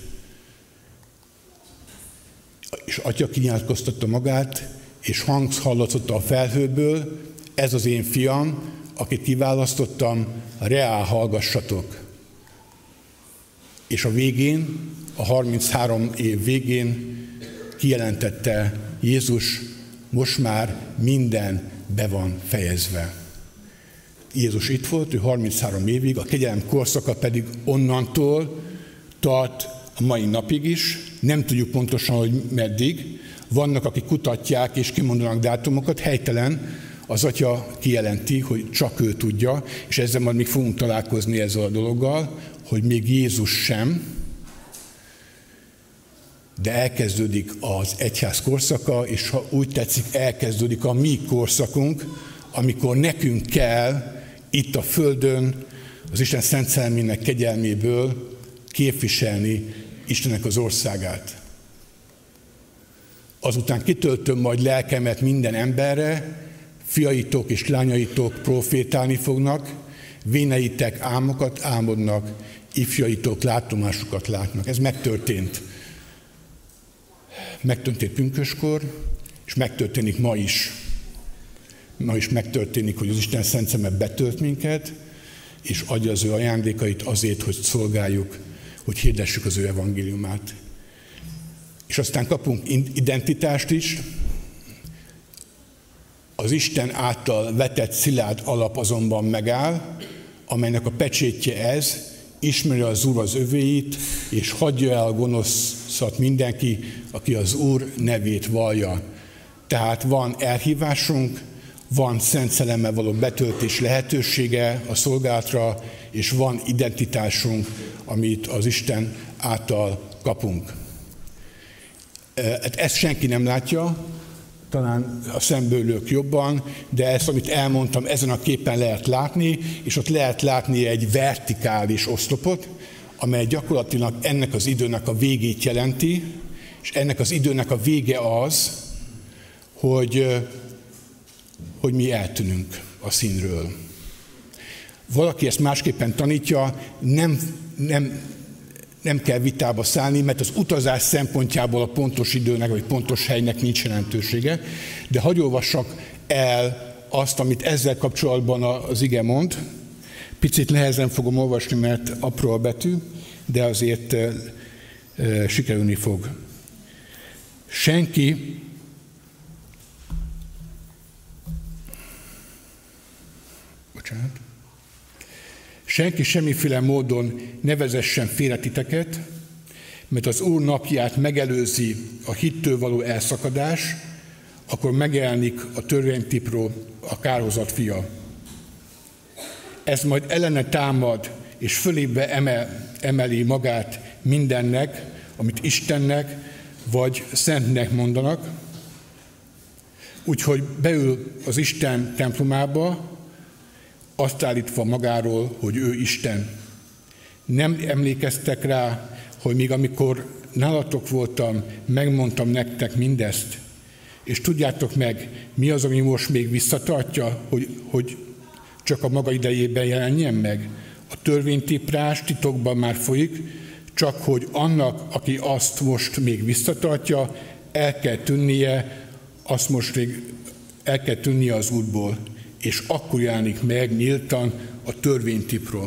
És Atya kinyilatkoztatta magát, és hang hallatszott a felhőből, ez az én fiam, akit kiválasztottam, reál hallgassatok. És a végén, a harminchárom év végén kijelentette Jézus, most már minden be van fejezve. Jézus itt volt, ő harminchárom évig, a kegyelem korszaka pedig onnantól tart a mai napig is. Nem tudjuk pontosan, hogy meddig. Vannak, akik kutatják és kimondanak dátumokat, helytelen. Az Atya kijelenti, hogy csak ő tudja, és ezzel majd még fogunk találkozni ezzel a dologgal, hogy még Jézus sem. de elkezdődik az egyház korszaka, és ha úgy tetszik, elkezdődik a mi korszakunk, amikor nekünk kell itt a földön az Isten szent szellemének kegyelméből képviselni Istennek az országát. Azután kitöltöm majd lelkemet minden emberre, fiaitok és lányaitok profétálni fognak, véneitek álmokat álmodnak, ifjaitok látomásokat látnak. Ez megtörtént. Megtörtént pünköskor, és megtörténik ma is. Ma is megtörténik, hogy az Isten szent szeme betölt minket, és adja az ő ajándékait azért, hogy szolgáljuk, hogy hirdessük az ő evangéliumát. És aztán kapunk identitást is. Az Isten által vetett szilárd alap azonban megáll, amelynek a pecsétje ez, ismeri az Úr az övéit, és hagyja el a gonoszat mindenki, aki az Úr nevét vallja. Tehát van elhívásunk, van Szent Szellemmel való betöltés lehetősége a szolgálatra, és van identitásunk, amit az Isten által kapunk. Ezt senki nem látja, talán a szemből jobban, de ezt, amit elmondtam, ezen a képen lehet látni, és ott lehet látni egy vertikális oszlopot, amely gyakorlatilag ennek az időnek a végét jelenti, és ennek az időnek a vége az, hogy, hogy mi eltűnünk a színről. Valaki ezt másképpen tanítja, nem, nem, nem kell vitába szállni, mert az utazás szempontjából a pontos időnek, vagy pontos helynek nincs jelentősége, de hadd olvassak el azt, amit ezzel kapcsolatban az ige mond. Picit nehezen fogom olvasni, mert apró a betű, de azért e, e, sikerülni fog. Senki bocsánat. Senki semmiféle módon ne vezessen félre titeket, mert az Úr napját megelőzi a hittől való elszakadás, akkor megjelenik a törvénytipró, a kárhozat fia. Ez majd ellene támad, és fölébe emel, emeli magát mindennek, amit Istennek vagy Szentnek mondanak. Úgyhogy beül az Isten templomába, azt állítva magáról, hogy ő Isten. Nem emlékeztek rá, hogy még amikor nálatok voltam, megmondtam nektek mindezt, és tudjátok meg, mi az, ami most még visszatartja, hogy, hogy csak a maga idejében jelenjen meg? A törvénytiprás titokban már folyik, csak hogy annak, aki azt most még visszatartja, el kell tűnnie, azt most még el kell tűnnie az útból, és akkor jelenik meg nyíltan a törvénytipró.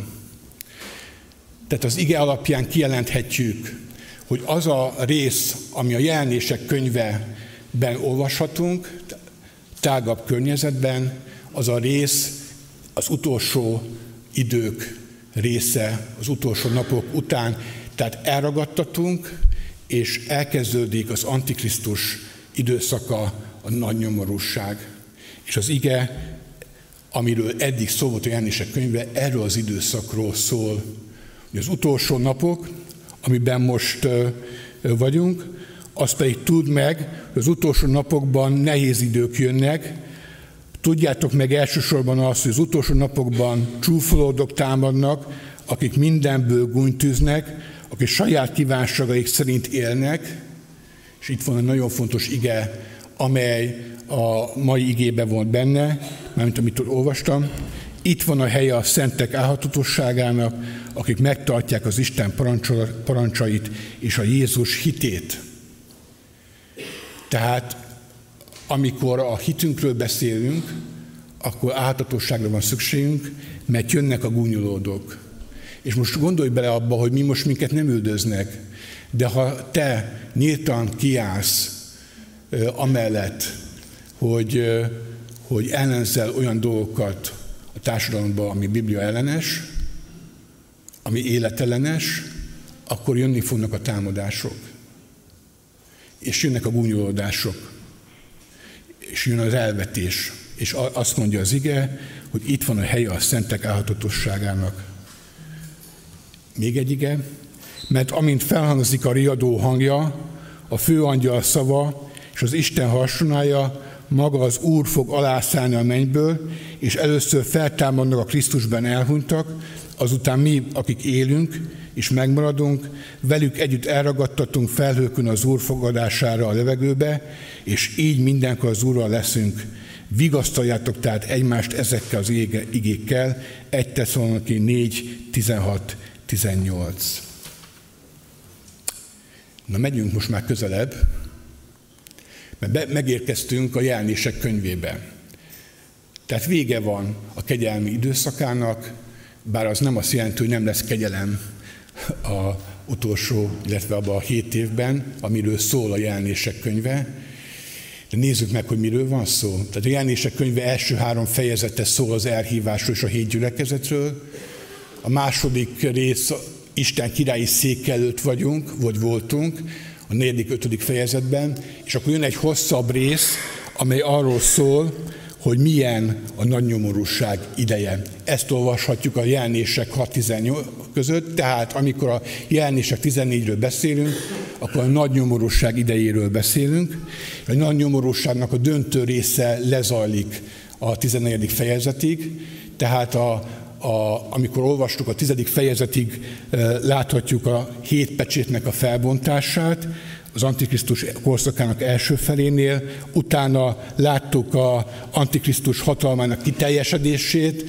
Tehát az ige alapján kijelenthetjük, hogy az a rész, ami a Jelenések könyveben olvashatunk, tágabb környezetben, az a rész az utolsó idők része, az utolsó napok után. Tehát elragadtatunk, és elkezdődik az Antikrisztus időszaka, a nagy nyomorúság. És az ige, amiről eddig szó volt a Jelenések könyve, erről az időszakról szól. Hogy az utolsó napok, amiben most vagyunk, azt pedig tudd meg, hogy az utolsó napokban nehéz idők jönnek. Tudjátok meg elsősorban azt, hogy az utolsó napokban csúfolódok támadnak, akik mindenből gúnytűznek, akik saját kívánságaik szerint élnek, és itt van egy nagyon fontos ige, amely a mai igében volt benne, mármint amit olvastam. Itt van a helye a szentek álhatatosságának, akik megtartják az Isten parancsait és a Jézus hitét. Tehát amikor a hitünkről beszélünk, akkor álhatatosságra van szükségünk, mert jönnek a gúnyolódók. És most gondolj bele abba, hogy mi most minket nem üldöznek, de ha te nyíltan kiállsz amellett, hogy, hogy ellenzel olyan dolgokat a társadalomban, ami Biblia ellenes, ami életellenes, akkor jönni fognak a támadások. És jönnek a gúnyolódások. És jön az elvetés. És azt mondja az ige, hogy itt van a helye a szentek álhatatosságának. Még egy ige, mert amint felhangzik a riadó hangja, a főangyal szava, és az Isten harsonálja, maga az Úr fog alászállni a mennyből, és először feltámadnak a Krisztusban elhunytak, azután mi, akik élünk és megmaradunk, velük együtt elragadtatunk felhőkön az Úr fogadására a levegőbe, és így mindenkor az Úrral leszünk. Vigasztaljátok tehát egymást ezekkel az igékkel, egy Tesszaloniki négy, tizenhat, tizennyolc. Na, megyünk most már közelebb, mert be, megérkeztünk a Jelenések könyvébe. Tehát vége van a kegyelmi időszakának, bár az nem azt jelenti, hogy nem lesz kegyelem az utolsó, illetve abban a hét évben, amiről szól a Jelenések könyve. De nézzük meg, hogy miről van szó. Tehát a Jelenések könyve első három fejezete szól az elhívásról és a hét gyülekezetről. A második rész, Isten királyi szék előtt vagyunk, vagy voltunk, a negyedik, ötödik fejezetben, és akkor jön egy hosszabb rész, amely arról szól, hogy milyen a nagy nyomorúság ideje. Ezt olvashatjuk a Jelenések hat tizennyolc között, tehát amikor a Jelenések tizennégyről beszélünk, akkor a nagy nyomorúság idejéről beszélünk. A nagy nyomorúságnak a döntő része lezajlik a tizennegyedik fejezetig, tehát a, a, amikor olvastuk a tizedik fejezetig, láthatjuk a hét pecsétnek a felbontását, az Antikrisztus korszakának első felénél, utána láttuk az Antikrisztus hatalmának kiteljesedését,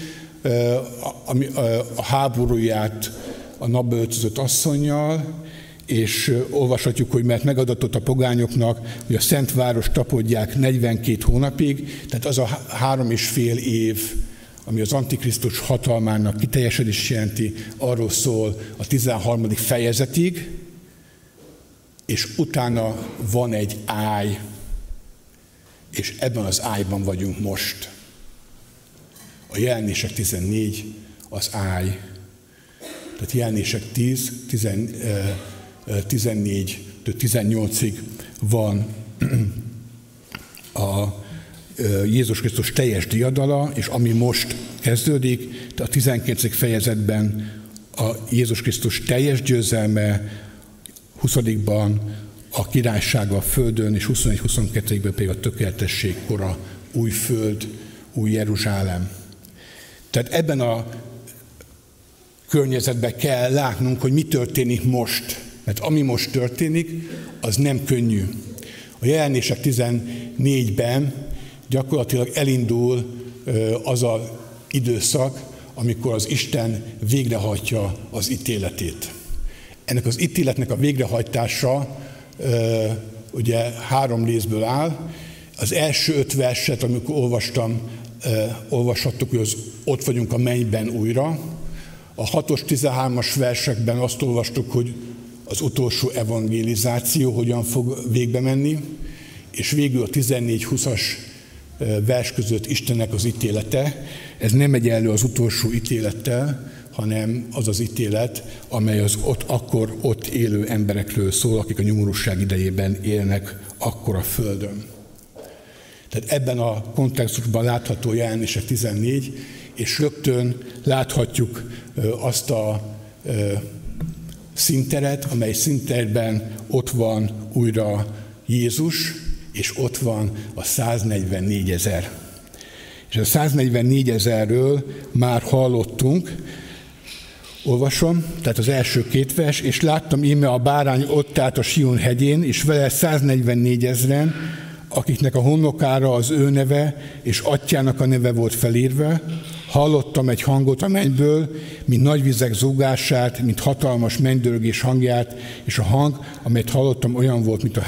a háborúját a napba öltözött asszonnyal, és olvashatjuk, hogy mert megadatott a pogányoknak, hogy a Szent Város tapodják negyvenkét hónapig, tehát az a három és fél év, ami az Antikrisztus hatalmának kiteljesedés jelenti, arról szól a tizenharmadik fejezetig, és utána van egy áj, és ebben az ájban vagyunk most. A Jelenések tizennégy az áj. Tehát Jelenések tíz, tizennégy, tizennyolcig van a Jézus Krisztus teljes diadala, és ami most kezdődik, a tizenkilencedik fejezetben a Jézus Krisztus teljes győzelme, huszadikban a királysága a földön, és huszonegy-huszonkettőben pedig a tökéletesség kora, új föld, új Jeruzsálem. Tehát ebben a környezetben kell látnunk, hogy mi történik most. Mert ami most történik, az nem könnyű. A Jelenések tizennégyben gyakorlatilag elindul az az időszak, amikor az Isten végrehajtja az ítéletét. Ennek az ítéletnek a végrehajtása ugye három részből áll. Az első öt verset, amikor olvastam, olvashattuk, hogy az, ott vagyunk a mennyben újra. A hatos, tizenhármas versekben azt olvastuk, hogy az utolsó evangelizáció hogyan fog végbe menni, és végül a tizennégy-húszas vers között Istennek az ítélete. Ez nem megy elő az utolsó ítélettel, hanem az az ítélet, amely az ott, akkor ott élő emberekről szól, akik a nyomorúság idejében élnek akkor a földön. Tehát ebben a kontextusban látható Jelenések tizennégy, és rögtön láthatjuk azt a színteret, amely színterben ott van újra Jézus, és ott van a száznegyvennégy ezer. És a száznegyvennégy ezerről már hallottunk, olvasom, tehát az első két vers, és láttam íme a bárány ott állt a Sion hegyén, és vele száznegyvennégy ezren, akiknek a homlokára az ő neve és atyának a neve volt felírva. Hallottam egy hangot a mennyből, mint nagy vizek zúgását, mint hatalmas mennydörgés hangját, és a hang, amelyet hallottam, olyan volt, mint a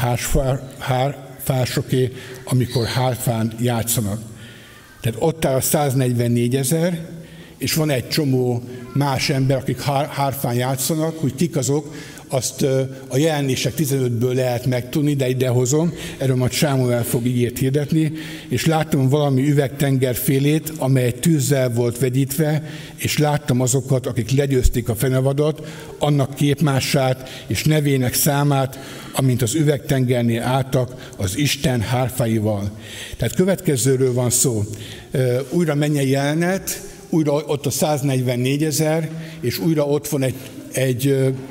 hárfásoké, amikor hárfán játszanak. Tehát ott áll a száznegyvennégy ezer, és van egy csomó más ember, akik hárfán játszanak, hogy kik azok, azt a Jelenések tizenötből lehet megtudni, de idehozom, erről majd Sámuel fog igét hirdetni, és láttam valami üvegtengerfélét, amely tűzzel volt vegyítve, és láttam azokat, akik legyőzték a fenevadat, annak képmását és nevének számát, amint az üvegtengernél álltak az Isten hárfáival. Tehát következőről van szó. Újra mennyei jelenet, újra ott a száznegyvennégy ezer, és újra ott van egy, egy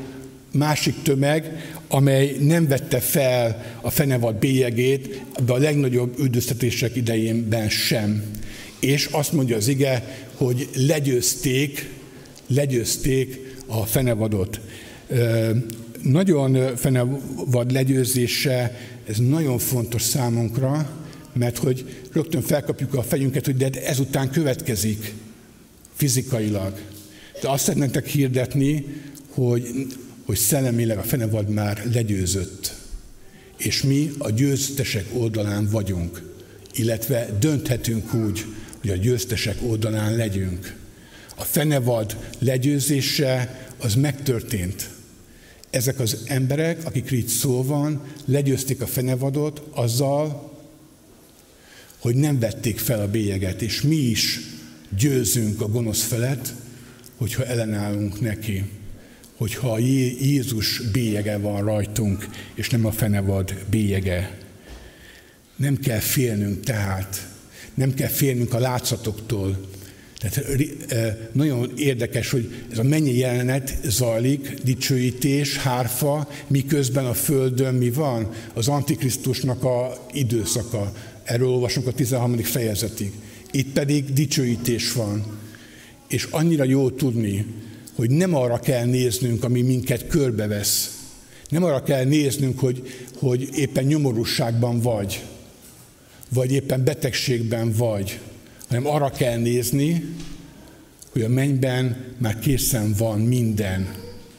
másik tömeg, amely nem vette fel a fenevad bélyegét, de a legnagyobb üldöztetések idejében sem. És azt mondja az ige, hogy legyőzték, legyőzték a fenevadot. Nagyon fenevad legyőzése, ez nagyon fontos számunkra, mert hogy rögtön felkapjuk a fejünket, hogy de ezután következik fizikailag. De azt szeretnétek hirdetni, hogy, hogy szellemileg a fenevad már legyőzött. És mi a győztesek oldalán vagyunk, illetve dönthetünk úgy, hogy a győztesek oldalán legyünk. A fenevad legyőzése az megtörtént. Ezek az emberek, akikről itt szó van, legyőzték a fenevadot azzal, hogy nem vették fel a bélyeget, és mi is győzünk a gonosz felett, hogyha ellenállunk neki, hogyha a Jézus bélyege van rajtunk, és nem a fenevad bélyege. Nem kell félnünk tehát, nem kell félnünk a látszatoktól. Tehát nagyon érdekes, hogy ez a mennyi jelenet zajlik, dicsőítés, hárfa, miközben a földön mi van? Az Antikrisztusnak a időszaka. Erről olvasunk a tizenharmadik fejezetig. Itt pedig dicsőítés van. És annyira jó tudni, hogy nem arra kell néznünk, ami minket körbevesz. Nem arra kell néznünk, hogy, hogy éppen nyomorúságban vagy, vagy éppen betegségben vagy, hanem arra kell nézni, hogy a mennyben már készen van minden,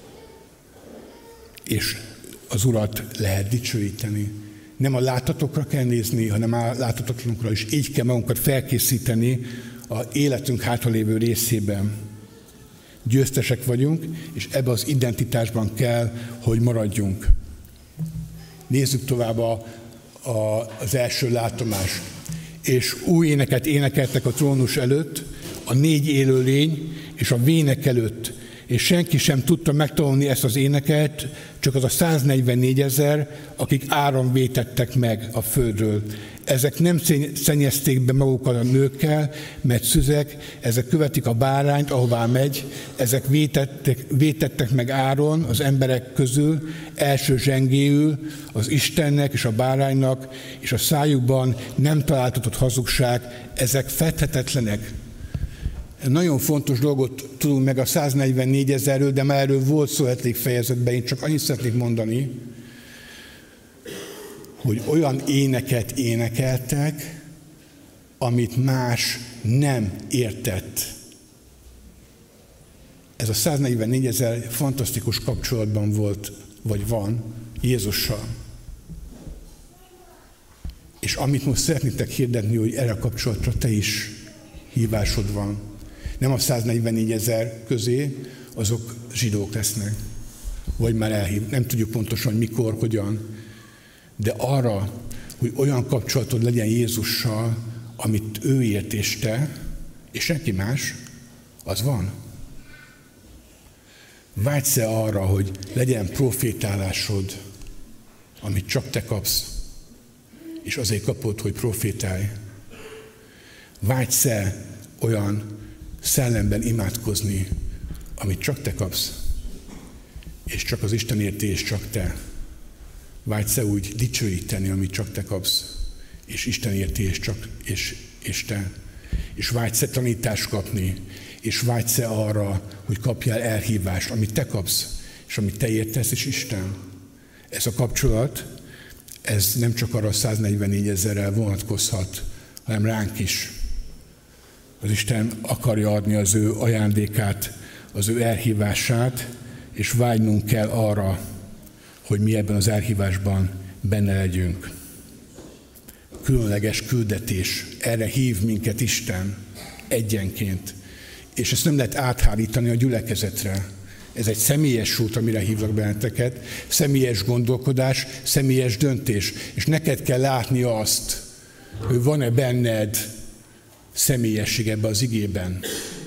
és az Urat lehet dicsőíteni. Nem a láthatókra kell nézni, hanem a láthatatlanokra is. Így kell magunkat felkészíteni az életünk hátralévő részében. Győztesek vagyunk, és ebbe az identitásban kell, hogy maradjunk. Nézzük tovább a, a, az első látomást. És új éneket énekeltek a trónus előtt, a négy élőlény és a vének előtt, és senki sem tudta megtanulni ezt az éneket, csak az a száznegyvennégyezer, akik áron vétettek meg a földről. Ezek nem szennyezték be magukat a nőkkel, mert szüzek, ezek követik a bárányt, ahová megy, ezek vétettek, vétettek meg áron az emberek közül, első zsengéül az Istennek és a báránynak, és a szájukban nem találtatott hazugság, ezek fethetetlenek. Nagyon fontos dolgot tudunk meg a száznegyvennégyezerről, de már erről volt szó hetedik fejezetben, én csak annyit szeretnék mondani, hogy olyan éneket énekeltek, amit más nem értett. Ez a száznegyvennégyezer fantasztikus kapcsolatban volt, vagy van Jézussal. És amit most szeretnétek hirdetni, hogy erre a kapcsolatra te is hívásod van. Nem a száznegyvennégyezer közé, azok zsidók lesznek. Vagy már elhív, nem tudjuk pontosan mikor, hogyan. De arra, hogy olyan kapcsolatod legyen Jézussal, amit ő ért és te, és senki más, az van. Vágysz-e arra, hogy legyen profétálásod, amit csak te kapsz, és azért kapod, hogy profétálj? Vágysz-e olyan szellemben imádkozni, amit csak te kapsz, és csak az Isten érti, és csak te? Vágysz-e úgy dicsőíteni, amit csak te kapsz, és Isten érti, és csak és, és te? És vágysz-e tanítást kapni, és vágysz-e arra, hogy kapjál elhívást, amit te kapsz, és amit te értesz, és Isten? Ez a kapcsolat, ez nem csak arra a száznegyvennégyezerrel vonatkozhat, hanem ránk is. Az Isten akarja adni az ő ajándékát, az ő elhívását, és vágynunk kell arra, hogy mi ebben az elhívásban benne legyünk. Különleges küldetés, erre hív minket Isten egyenként. És ezt nem lehet áthárítani a gyülekezetre. Ez egy személyes út, amire hívlak benneteket, személyes gondolkodás, személyes döntés. És neked kell látni azt, hogy van-e benned személyesség ebbe az igében.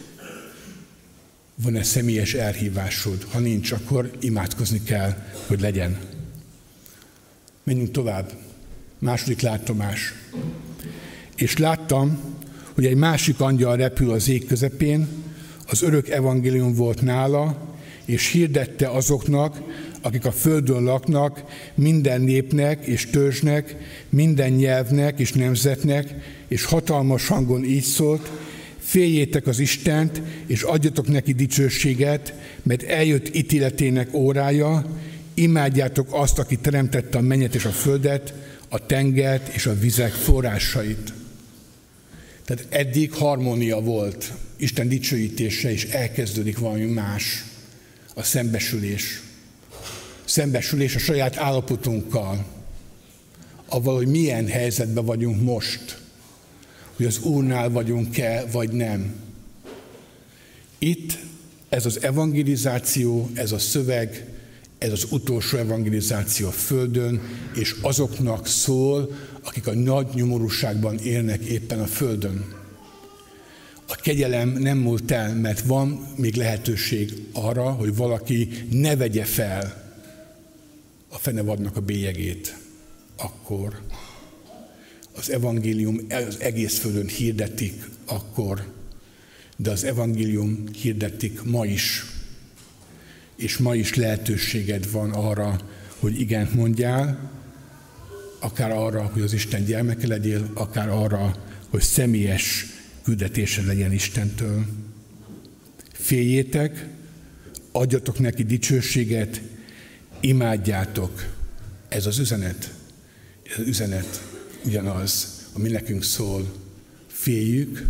Van-e személyes elhívásod? Ha nincs, akkor imádkozni kell, hogy legyen. Menjünk tovább. Második látomás. És láttam, hogy egy másik angyal repül az ég közepén, az örök evangélium volt nála, és hirdette azoknak, akik a földön laknak, minden népnek és törzsnek, minden nyelvnek és nemzetnek, és hatalmas hangon így szólt: féljétek az Istent, és adjatok neki dicsőséget, mert eljött ítéletének órája, imádjátok azt, aki teremtette a mennyet és a földet, a tengert és a vizek forrásait. Tehát eddig harmónia volt, Isten dicsőítése, és elkezdődik valami más, a szembesülés. Szembesülés a saját állapotunkkal, avval, hogy milyen helyzetben vagyunk most, hogy az Úrnál vagyunk-e, vagy nem. Itt ez az evangelizáció, ez a szöveg, ez az utolsó evangelizáció a Földön, és azoknak szól, akik a nagy nyomorúságban élnek éppen a Földön. A kegyelem nem múlt el, mert van még lehetőség arra, hogy valaki ne vegye fel a fenevadnak a bélyegét. Akkor az evangélium az egész Földön hirdetik akkor, de az evangélium hirdetik ma is. És ma is lehetőséged van arra, hogy igent mondjál, akár arra, hogy az Isten gyermeke legyél, akár arra, hogy személyes küldetése legyen Istentől. Féljétek, adjatok neki dicsőséget, imádjátok. Ez az üzenet. Ez az üzenet ugyanaz, ami nekünk szól. Féljük,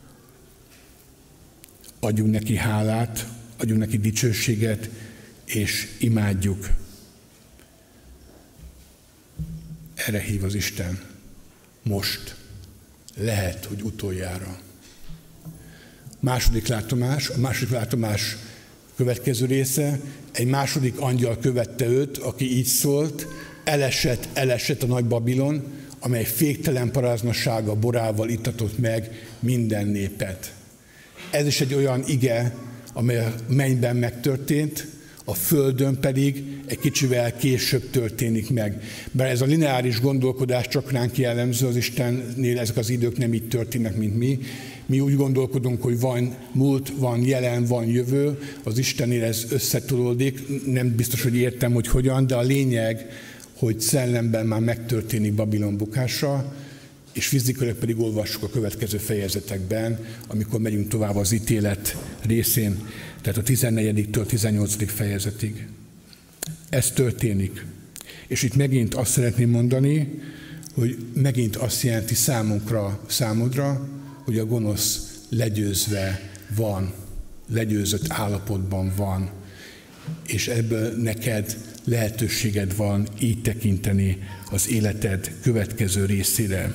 adjunk neki hálát, adjunk neki dicsőséget, és imádjuk. Erre hív az Isten. Most. Lehet, hogy utoljára. Második látomás, a második látomás következő része, egy második angyal követte őt, aki így szólt: elesett, elesett a nagy Babilon, amely féktelen paráznasága borával ittatott meg minden népet. Ez is egy olyan ige, amely a mennyben megtörtént, a földön pedig egy kicsivel később történik meg. Bár ez a lineáris gondolkodás csak ránk jellemző, az Istennél ezek az idők nem így történnek, mint mi. Mi úgy gondolkodunk, hogy van múlt, van jelen, van jövő, az Istennél ez összetolódik, nem biztos, hogy értem, hogy hogyan, de a lényeg, hogy szellemben már megtörténik Babilon bukása, és fizikailag pedig olvassuk a következő fejezetekben, amikor megyünk tovább az ítélet részén, tehát a tizennegyedik-től tizennyolcadik fejezetig. Ez történik. És itt megint azt szeretném mondani, hogy megint azt jelenti számunkra, számodra, hogy a gonosz legyőzve van, legyőzött állapotban van, és ebből neked lehetőséged van így tekinteni az életed következő részére.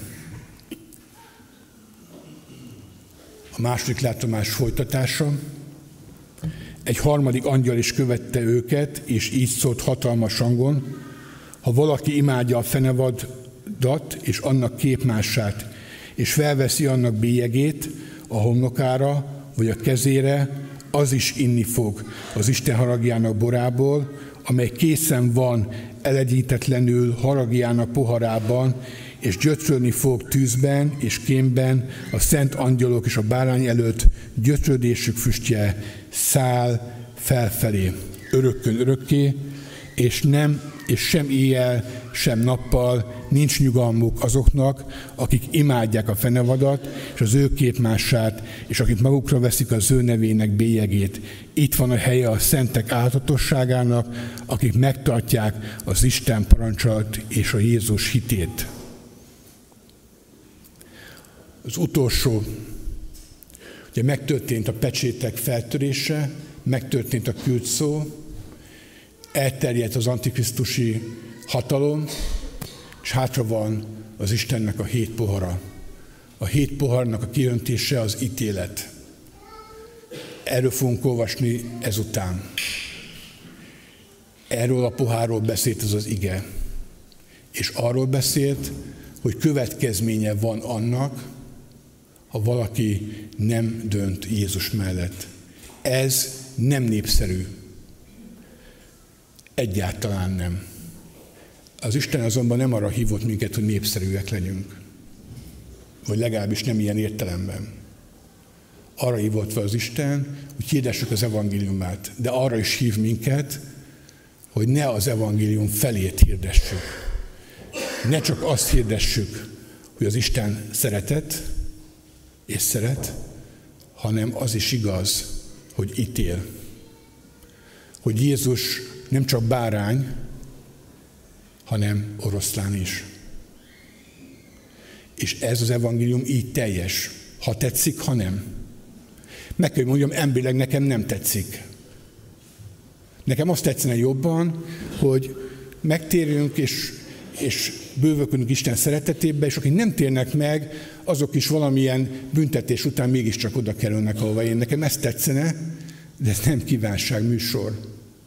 A második látomás folytatása. Egy harmadik angyal is követte őket, és így szólt hatalmas hangon: ha valaki imádja a fenevadat és annak képmását, és felveszi annak bélyegét a homlokára vagy a kezére, az is inni fog az Isten haragjának borából, amely készen van elegyítetlenül haragjának poharában, és gyötrölni fog tűzben és kémben, a szent angyalok és a bárány előtt gyötrődésük füstje száll felfelé, örökkön örökké, és nem, és sem éjjel, sem nappal nincs nyugalmuk azoknak, akik imádják a fenevadat, és az ő képmását, és akik magukra veszik az ő nevének bélyegét. Itt van a helye a szentek áltatosságának, akik megtartják az Isten parancsolat és a Jézus hitét. Az utolsó, ugye megtörtént a pecsétek feltörése, megtörtént a küldszó, elterjedt az antikrisztusi hatalom, és hátra van az Istennek a hét pohara. A hét poharnak a kiöntése az ítélet. Erről fogunk olvasni ezután. Erről a pohárról beszélt ez az ige. És arról beszélt, hogy következménye van annak, ha valaki nem dönt Jézus mellett. Ez nem népszerű. Egyáltalán nem. Az Isten azonban nem arra hívott minket, hogy népszerűek legyünk. Vagy legalábbis nem ilyen értelemben. arra hívott fel az Isten, hogy hirdessük az evangéliumát, de arra is hív minket, hogy ne az evangélium felét hirdessük. Ne csak azt hirdessük, hogy az Isten szeretett és szeret, hanem az is igaz, hogy ítél. Hogy Jézus nem csak bárány, hanem oroszlán is. És ez az evangélium így teljes. Ha tetszik, ha nem. Meg kell, hogy mondjam, emberileg nekem nem tetszik. Nekem azt tetszene jobban, hogy megtérjünk és, és bővölködünk Isten szeretetébe, és akik nem térnek meg, azok is valamilyen büntetés után mégiscsak oda kerülnek, ahova én. Nekem ezt tetszene, de ez nem kívánság műsor,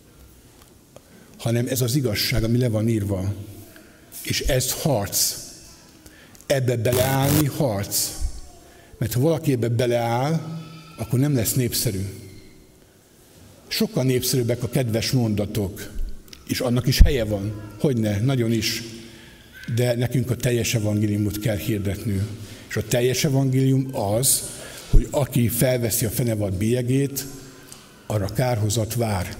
hanem ez az igazság, ami le van írva. És ez harc. Ebbe beleállni harc. Mert ha valaki ebbe beleáll, akkor nem lesz népszerű. Sokkal népszerűbbek a kedves mondatok, és annak is helye van. Hogyne, nagyon is. De nekünk a teljes evangéliumot kell hirdetnünk. És a teljes evangélium az, hogy aki felveszi a fenevad bélyegét, arra kárhozat vár.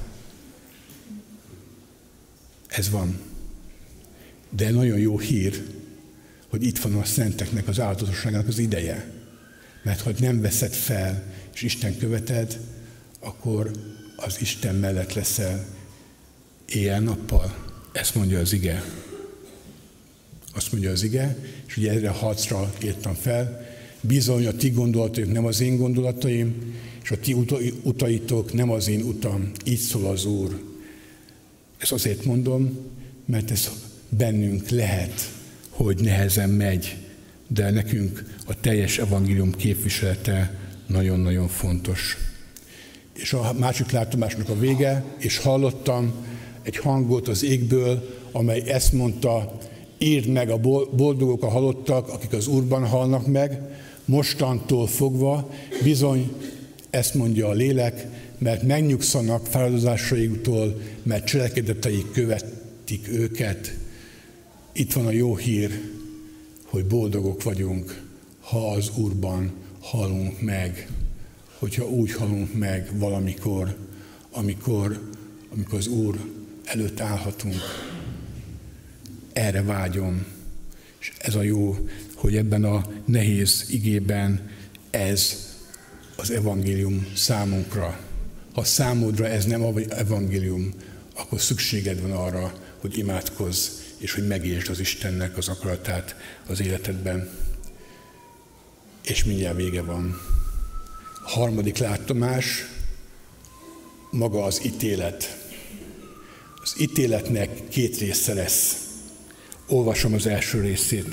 Ez van. De nagyon jó hír, hogy itt van a szenteknek, az áldozatosságnak az ideje. Mert ha nem veszed fel, és Isten követed, akkor az Isten mellett leszel éjjel-nappal. Ezt mondja az ige. Azt mondja az ige, és ugye erre a harcra írtam fel, bizony a ti gondolataik nem az én gondolataim, és a ti utaitok nem az én utam. Így szól az Úr. Ezt azért mondom, mert ez bennünk lehet, hogy nehezen megy, de nekünk a teljes evangélium képviselete nagyon-nagyon fontos. És a másik látomásnak a vége, és hallottam egy hangot az égből, amely ezt mondta, írd meg a boldogok, a halottak, akik az Úrban halnak meg, mostantól fogva, bizony ezt mondja a lélek, mert megnyugszanak fáradozásaiktól, mert cselekedeteik követik őket. Itt van a jó hír, hogy boldogok vagyunk, ha az Úrban halunk meg, hogyha úgy halunk meg valamikor, amikor, amikor az Úr előtt állhatunk. Erre vágyom. És ez a jó, hogy ebben a nehéz igében ez az evangélium számunkra. Ha számodra ez nem evangélium, akkor szükséged van arra, hogy imádkozz, és hogy megértsd az Istennek az akaratát az életedben. És mindjárt vége van. A harmadik látomás maga az ítélet. Az ítéletnek két része lesz. Olvasom az első részét.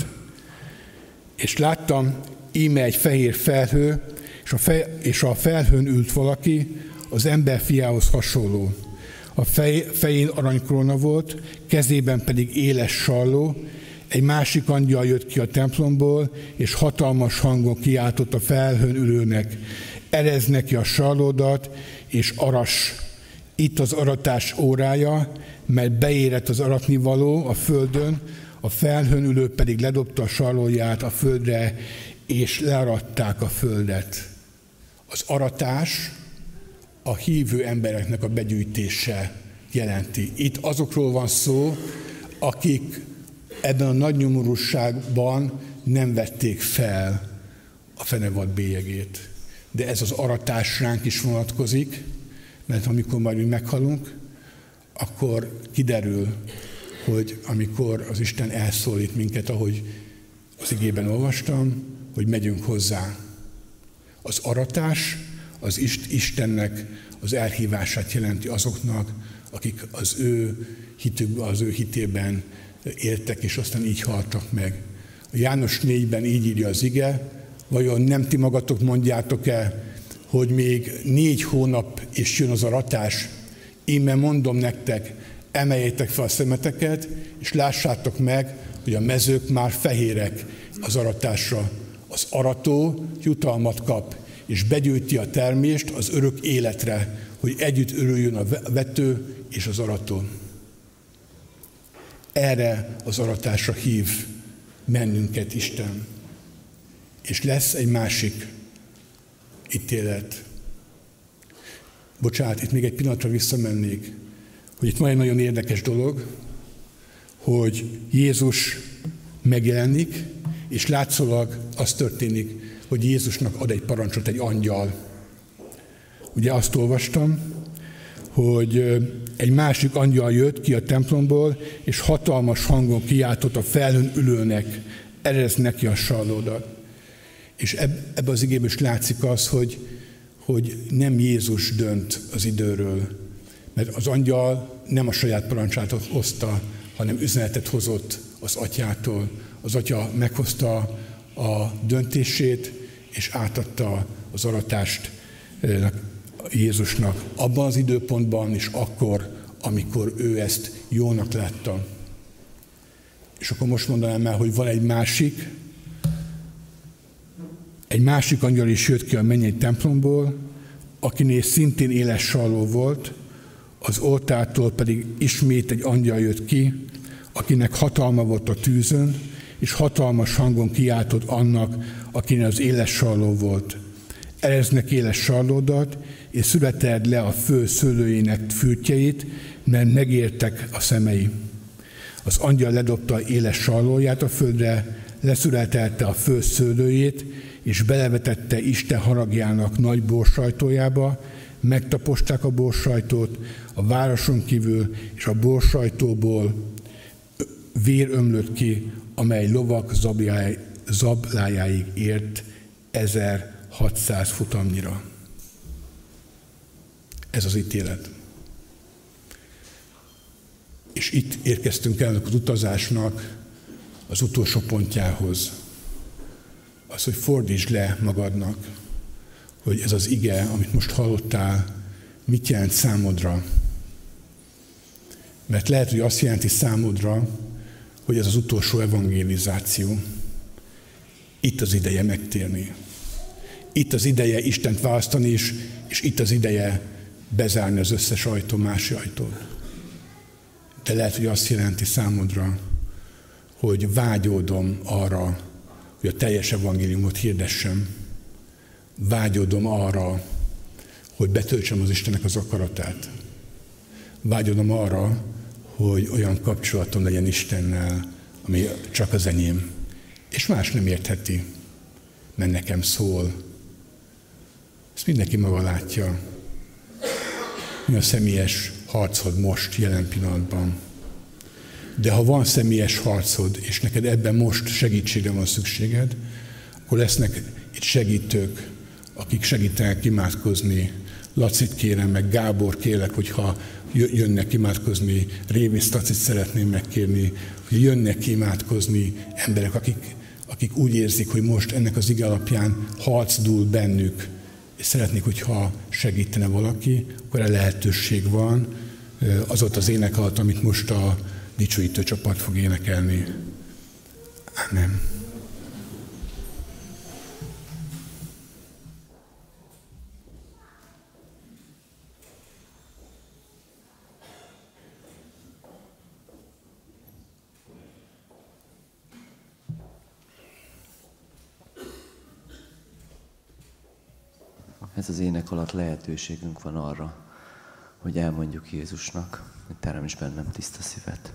És láttam, íme egy fehér felhő, és a, fe, és a felhőn ült valaki, az ember fiához hasonló. A fej, fején aranykorona volt, kezében pedig éles salló. Egy másik angyal jött ki a templomból, és hatalmas hangon kiáltott a felhőn ülőnek. Erezd neki a sallódat, és aras. Itt az aratás órája, mert beérett az aratnivaló a földön, a felhőn ülő pedig ledobta a sallóját a földre, és learatták a földet. Az aratás a hívő embereknek a begyűjtése jelenti. Itt azokról van szó, akik ebben a nagy nyomorúságban nem vették fel a fenevad bélyegét. De ez az aratás ránk is vonatkozik, mert amikor majd mi meghalunk, akkor kiderül, hogy amikor az Isten elszólít minket, ahogy az igében olvastam, hogy megyünk hozzá. Az aratás az Istennek az elhívását jelenti azoknak, akik az ő hitükben, az ő hitében éltek, és aztán így haltak meg. A János négyben így írja az ige, vajon nem ti magatok mondjátok-e, hogy még négy hónap és jön az aratás, íme mondom nektek, emeljétek fel a szemeteket, és lássátok meg, hogy a mezők már fehérek az aratásra. Az arató jutalmat kap, és begyűjti a termést az örök életre, hogy együtt örüljön a vető és az arató. Erre az aratásra hív bennünket Isten. És lesz egy másik ítélet. Bocsánat, itt még egy pillanatra visszamennék, hogy itt van egy nagyon érdekes dolog, hogy Jézus megjelenik, és látszólag az történik, hogy Jézusnak ad egy parancsot egy angyal. Ugye azt olvastam, hogy egy másik angyal jött ki a templomból, és hatalmas hangon kiáltott a felhőn ülőnek, erezd neki a sallódat. És ebbe az igében is látszik az, hogy, hogy nem Jézus dönt az időről, mert az angyal nem a saját parancsát hozta, hanem üzenetet hozott az atyától. Az atya meghozta a döntését, és átadta az aratást Jézusnak abban az időpontban és akkor, amikor ő ezt jónak látta. És akkor most mondanám el, hogy van egy másik, egy másik angyal is jött ki a mennyei templomból, akinél szintén éles salló volt, az oltártól pedig ismét egy angyal jött ki, akinek hatalma volt a tűzön, és hatalmas hangon kiáltott annak, akinek az éles salló volt. Ereznek éles sallódat, és születeld le a fő szőlőjének fürtjeit, mert megértek a szemei. Az angyal ledobta éles sallóját a földre, leszületelte a fő szőlőjét, és belevetette Isten haragjának nagy borsajtójába, megtaposták a borsajtót a városon kívül, és a borsajtóból vér ömlött ki, amely lovak zablájáig ért ezerhatszáz futamnyira. Ez az ítélet. És itt érkeztünk el az utazásnak az utolsó pontjához. Az, hogy fordítsd le magadnak, hogy ez az ige, amit most hallottál, mit jelent számodra. Mert lehet, hogy azt jelenti számodra, hogy ez az utolsó evangelizáció. Itt az ideje megtérni. Itt az ideje Istent választani is, és itt az ideje bezárni az összes ajtó, más ajtót. De lehet, hogy azt jelenti számodra, hogy vágyódom arra, hogy a teljes evangéliumot hirdessem. Vágyódom arra, hogy betöltsem az Istennek az akaratát. Vágyódom arra, hogy olyan kapcsolatom legyen Istennel, ami csak az enyém. És más nem értheti, mert nekem szól. Ezt mindenki maga látja. Mi a személyes harcod most, jelen pillanatban. De ha van személyes harcod, és neked ebben most segítségre van szükséged, akkor lesznek itt segítők, akik segítenek imádkozni. Lacit kérem, meg Gábor kérlek, hogyha jönnek imádkozni, Révész Lacit szeretném megkérni, hogy jönnek imádkozni emberek, akik, akik úgy érzik, hogy most ennek az ige alapján harc dúl bennük, és szeretnék, hogyha segítene valaki, akkor a lehetőség van. Az ott az ének alatt, amit most a dicsőítő csapat fog énekelni. Amen. Ez az ének alatt lehetőségünk van arra, hogy elmondjuk Jézusnak, hogy teremts bennem tiszta szívet.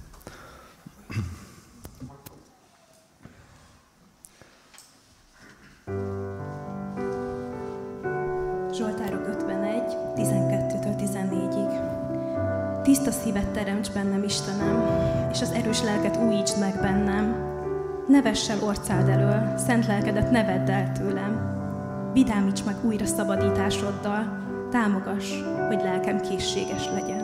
Zsoltárok ötvenegy, tizenkettőtől tizennégyig. Tiszta szívet teremts bennem, Istenem, és az erős lelket újítsd meg bennem. Ne vess el orcád elől, szent lelkedet ne vedd el tőlem. Vidámíts meg újra szabadításoddal, támogass, hogy lelkem készséges legyen.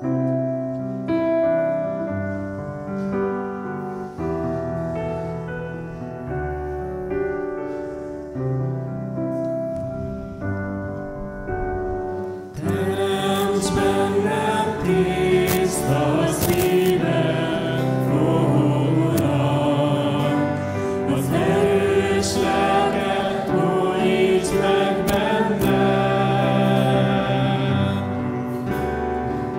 Teremts bennem tiszta szívet, ó Uram, az erős lelket újítsd meg bennem.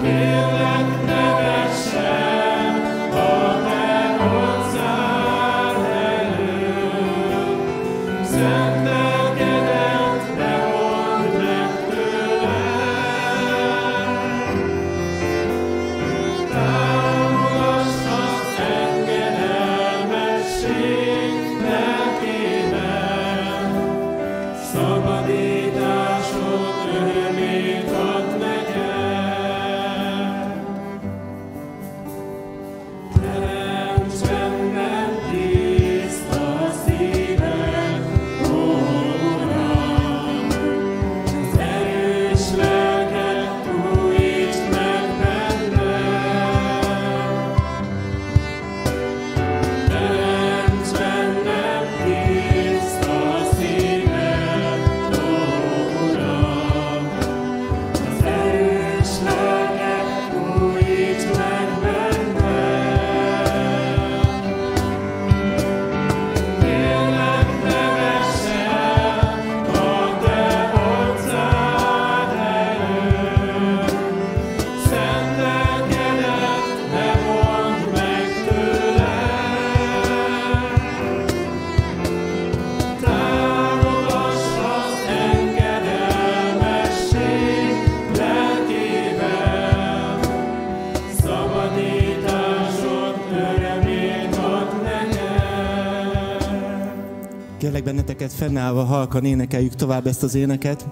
Kérlek benneteket, fennállva halkan énekeljük tovább ezt az éneket,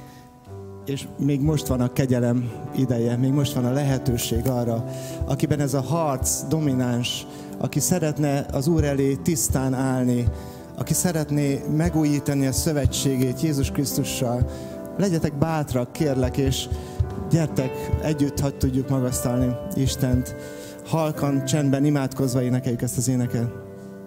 és még most van a kegyelem ideje, még most van a lehetőség arra, akiben ez a harc domináns, aki szeretne az Úr elé tisztán állni, aki szeretné megújítani a szövetségét Jézus Krisztussal. Legyetek bátrak, kérlek, és gyertek, együtt hadd tudjuk magasztalni Istent. Halkan, csendben, imádkozva énekeljük ezt az éneket.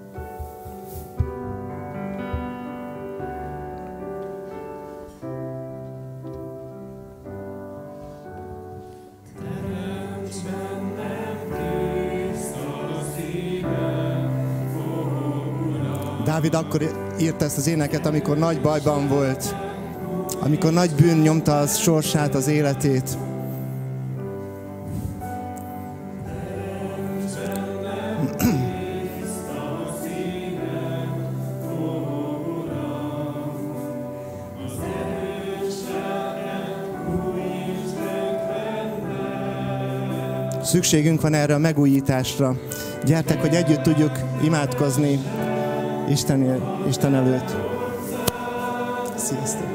Dávid akkor írta ezt az éneket, amikor nagy bajban volt, amikor nagy bűn nyomta az sorsát, az életét. Szükségünk van erre a megújításra. Gyertek, hogy együtt tudjuk imádkozni Isten, Isten előtt. Sziasztok!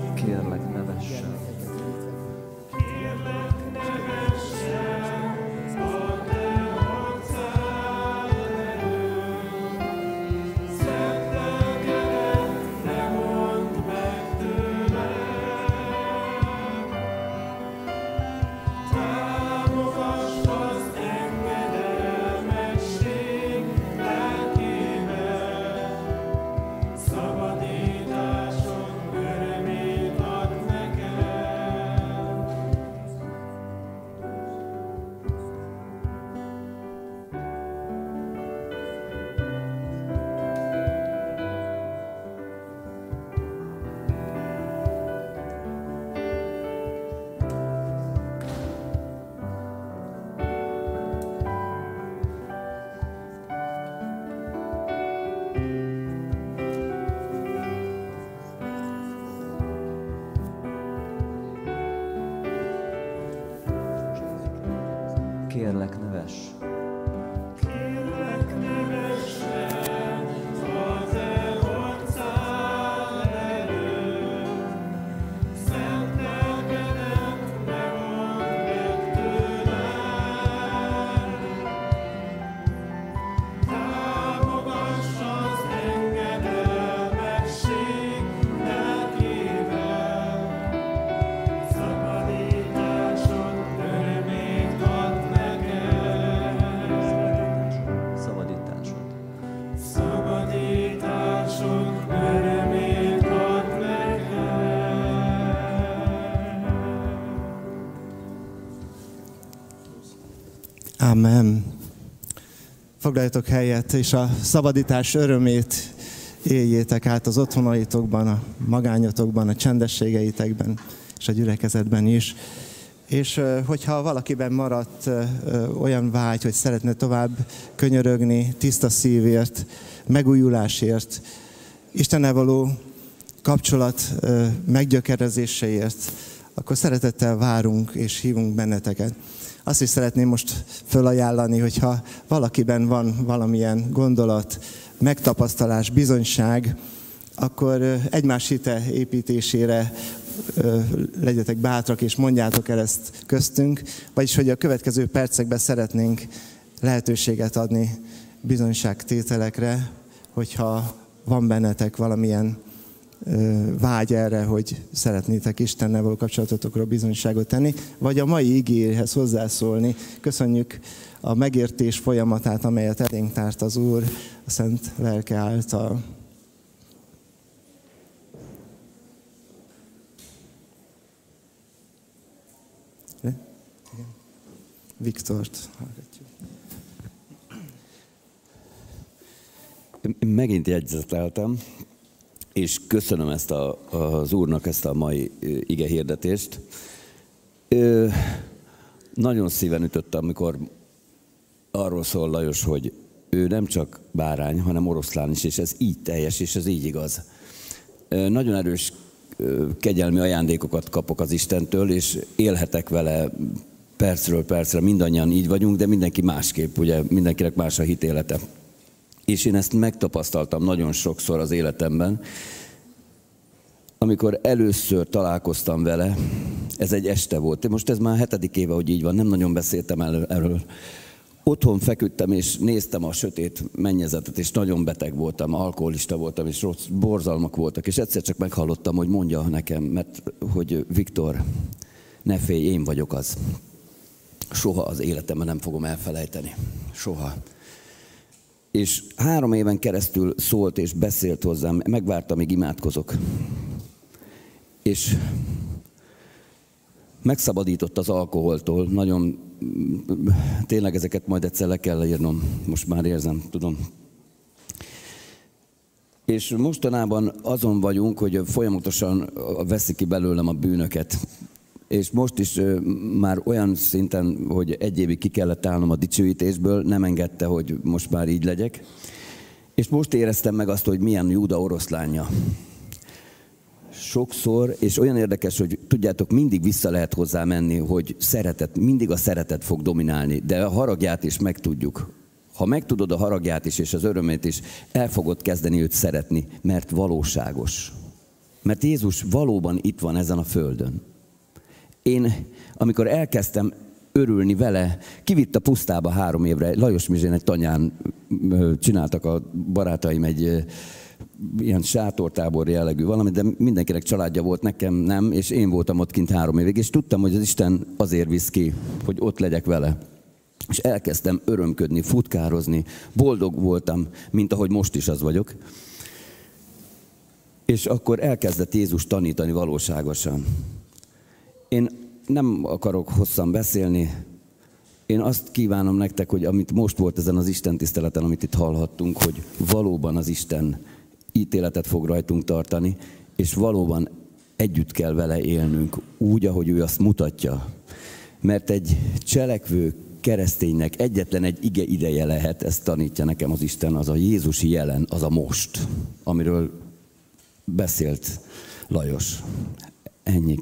Kérlek, ne vessel. Amen. Foglaljatok helyet, és a szabadítás örömét éljétek át az otthonaitokban, a magányotokban, a csendességeitekben, és a gyülekezetben is. És hogyha valakiben maradt olyan vágy, hogy szeretne tovább könyörögni tiszta szívért, megújulásért, Istennel való kapcsolat meggyökerezéséért, akkor szeretettel várunk és hívunk benneteket. Azt is szeretném most fölajánlani, hogyha valakiben van valamilyen gondolat, megtapasztalás, bizonyság, akkor egymás hite építésére legyetek bátrak és mondjátok el ezt köztünk, vagyis hogy a következő percekben szeretnénk lehetőséget adni bizonyságtételekre, hogyha van bennetek valamilyen vágy erre, hogy szeretnétek Istennel való kapcsolatotokról bizonyságot tenni, vagy a mai igéhez hozzászólni. Köszönjük a megértés folyamatát, amelyet elénk tárt az Úr a Szent Lelke által. Viktort hallgatjuk. Én megint jegyzeteltem, és köszönöm ezt a, az Úrnak ezt a mai ige hirdetést. Ö, nagyon szíven ütötte, amikor arról szól Lajos, hogy ő nem csak bárány, hanem oroszlán is, és ez így teljes, és ez így igaz. Ö, nagyon erős ö, kegyelmi ajándékokat kapok az Istentől, és élhetek vele percről percre, mindannyian így vagyunk, de mindenki másképp, ugye mindenkinek más a hitélete. És én ezt megtapasztaltam nagyon sokszor az életemben. Amikor először találkoztam vele, ez egy este volt. Most ez már hetedik éve, hogy így van, nem nagyon beszéltem erről. Otthon feküdtem, és néztem a sötét mennyezetet, és nagyon beteg voltam, alkoholista voltam, és rossz borzalmak voltak. És egyszer csak meghallottam, hogy mondja nekem, mert hogy Viktor, ne félj, én vagyok az. Soha az életemben nem fogom elfelejteni. Soha. És három éven keresztül szólt és beszélt hozzám, megvárta, míg imádkozok. És megszabadított az alkoholtól, nagyon, tényleg ezeket majd egyszer le kell írnom, most már érzem, tudom. És mostanában azon vagyunk, hogy folyamatosan veszi ki belőlem a bűnöket. És most is már olyan szinten, hogy egy évig ki kellett állnom a dicsőítésből, nem engedte, hogy most már így legyek. És most éreztem meg azt, hogy milyen Júda oroszlánja. Sokszor, és olyan érdekes, hogy tudjátok, mindig vissza lehet hozzá menni, hogy szeretet, mindig a szeretet fog dominálni, de a haragját is megtudjuk. Ha megtudod a haragját is, és az örömét is, el fogod kezdeni őt szeretni, mert valóságos. Mert Jézus valóban itt van ezen a földön. Én, amikor elkezdtem örülni vele, kivitt a pusztába három évre. Lajos Mizsén egy tanyán csináltak a barátaim egy ilyen sátortábor jellegű valamit, de mindenkinek családja volt, nekem nem, és én voltam ott kint három évig, és tudtam, hogy az Isten azért visz ki, hogy ott legyek vele. És elkezdtem örömködni, futkározni, boldog voltam, mint ahogy most is az vagyok. És akkor elkezdett Jézus tanítani valóságosan. Én nem akarok hosszan beszélni, én azt kívánom nektek, hogy amit most volt ezen az Isten tiszteleten, amit itt hallhattunk, hogy valóban az Isten ítéletet fog rajtunk tartani, és valóban együtt kell vele élnünk, úgy, ahogy ő azt mutatja. Mert egy cselekvő kereszténynek egyetlen egy ige ideje lehet, ezt tanítja nekem az Isten, az a Jézusi jelen, az a most, amiről beszélt Lajos. Ennyi.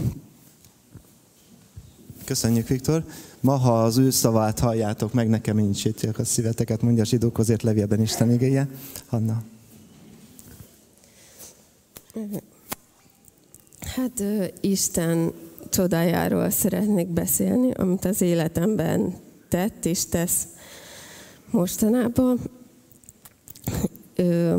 Köszönjük, Viktor. Ma, ha az ő szavát halljátok meg, nekem nincsítsük a szíveteket, mondja a zsidókhoz levélben Isten igéje. Hanna. Hát Isten csodájáról szeretnék beszélni, amit az életemben tett és tesz mostanában. Ö,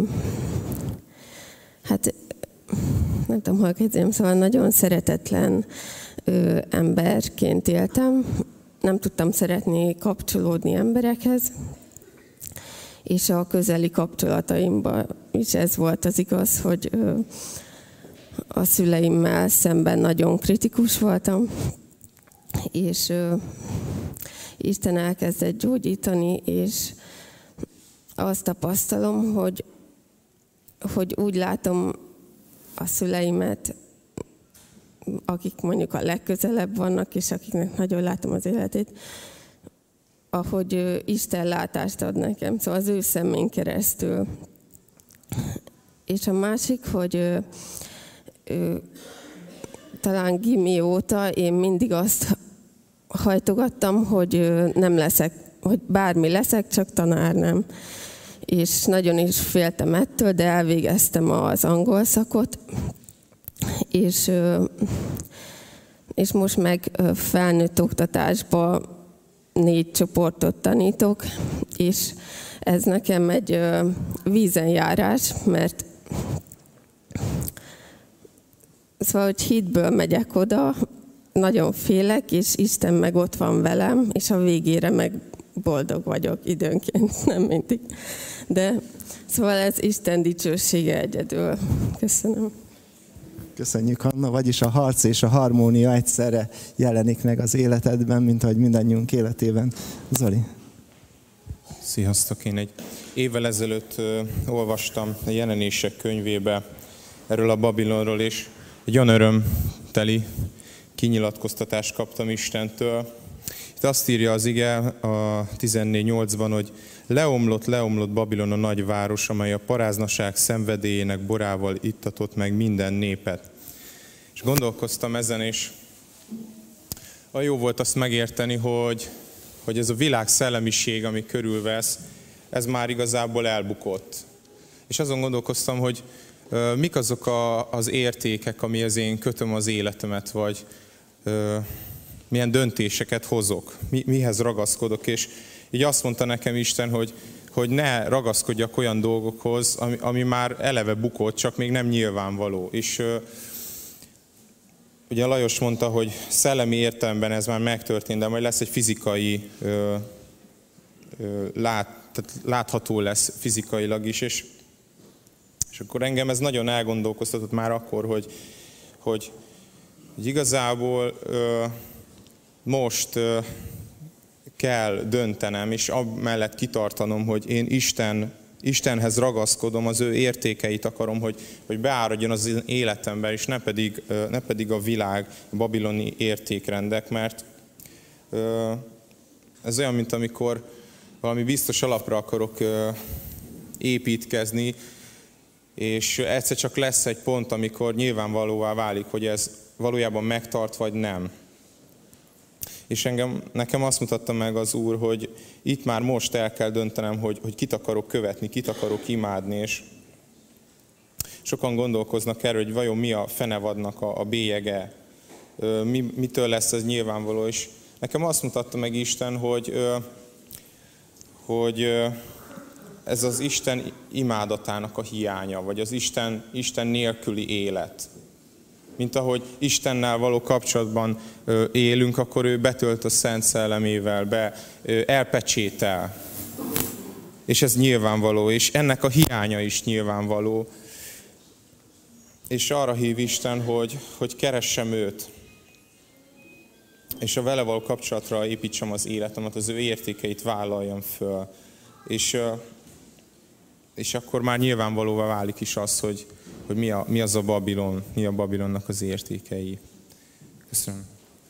hát nem tudom, hol kezdjem, szóval nagyon szeretetlen ö, emberként éltem. Nem tudtam szeretni kapcsolódni emberekhez, és a közeli kapcsolataimban is ez volt az igaz, hogy ö, a szüleimmel szemben nagyon kritikus voltam, és, Isten elkezdett gyógyítani, és azt tapasztalom, hogy, hogy úgy látom a szüleimet, akik mondjuk a legközelebb vannak, és akiknek nagyon látom az életét, ahogy Isten látást ad nekem, szóval az ő szemén keresztül. És a másik, hogy ő, ő, talán gimi óta én mindig azt hajtogattam, hogy nem leszek, hogy bármi leszek, csak tanár nem. És nagyon is féltem ettől, de elvégeztem az angol szakot, és, és most meg felnőtt oktatásba négy csoportot tanítok, és ez nekem egy vízenjárás, mert szóval, hogy hitből megyek oda, nagyon félek, és Isten meg ott van velem, és a végére meg boldog vagyok időnként, nem mindig. De szóval ez Isten dicsősége egyedül. Köszönöm. Köszönjük, Anna, vagyis a harc és a harmónia egyszerre jelenik meg az életedben, mint ahogy mindannyiunk életében. Zoli. Sziasztok! Én egy évvel ezelőtt ö, olvastam a Jelenések könyvébe erről a Babilonról, és egy olyan örömteli kinyilatkoztatást kaptam Istentől. Itt azt írja az ige a tizennégy nyolcban, hogy leomlott, leomlott Babilon a nagy város, amely a paráznaság szenvedélyének borával ittatott meg minden népet. És gondolkoztam ezen, és olyan jó volt azt megérteni, hogy, hogy ez a világ szellemiség, ami körülvesz, ez már igazából elbukott. És azon gondolkoztam, hogy uh, mik azok a, az értékek, amihez én kötöm az életemet, vagy uh, milyen döntéseket hozok, mi, mihez ragaszkodok. És így azt mondta nekem Isten, hogy, hogy ne ragaszkodjak olyan dolgokhoz, ami, ami már eleve bukott, csak még nem nyilvánvaló. És uh, ugye Lajos mondta, hogy szellemi értelemben ez már megtörtént, de majd lesz egy fizikai, uh, uh, lát, tehát látható lesz fizikailag is. És, és akkor engem ez nagyon elgondolkoztatott már akkor, hogy, hogy, hogy igazából uh, most uh, kell döntenem, és amellett kitartanom, hogy én Isten, Istenhez ragaszkodom, az ő értékeit akarom, hogy, hogy beáradjon az életemben, és ne pedig, uh, ne pedig a világ, a babiloni értékrendek, mert uh, ez olyan, mint amikor valami biztos alapra akarok uh, építkezni, és egyszer csak lesz egy pont, amikor nyilvánvalóvá válik, hogy ez valójában megtart, vagy nem. És engem, nekem azt mutatta meg az Úr, hogy itt már most el kell döntenem, hogy, hogy kit akarok követni, kit akarok imádni, és sokan gondolkoznak erről, hogy vajon mi a fenevadnak a, a bélyege, mi, mitől lesz ez nyilvánvaló, és nekem azt mutatta meg Isten, hogy, hogy ez az Isten imádatának a hiánya, vagy az Isten, Isten nélküli élet. Mint ahogy Istennel való kapcsolatban élünk, akkor ő betölt a Szent Szellemével, be, elpecsétel. És ez nyilvánvaló, és ennek a hiánya is nyilvánvaló. És arra hív Isten, hogy, hogy keressem őt, és a vele való kapcsolatra építsem az életemet, az ő értékeit vállaljam föl. És, és akkor már nyilvánvalóvá válik is az, hogy, hogy mi, a, mi az a Babilon, mi a Babilonnak az értékei. Köszönöm.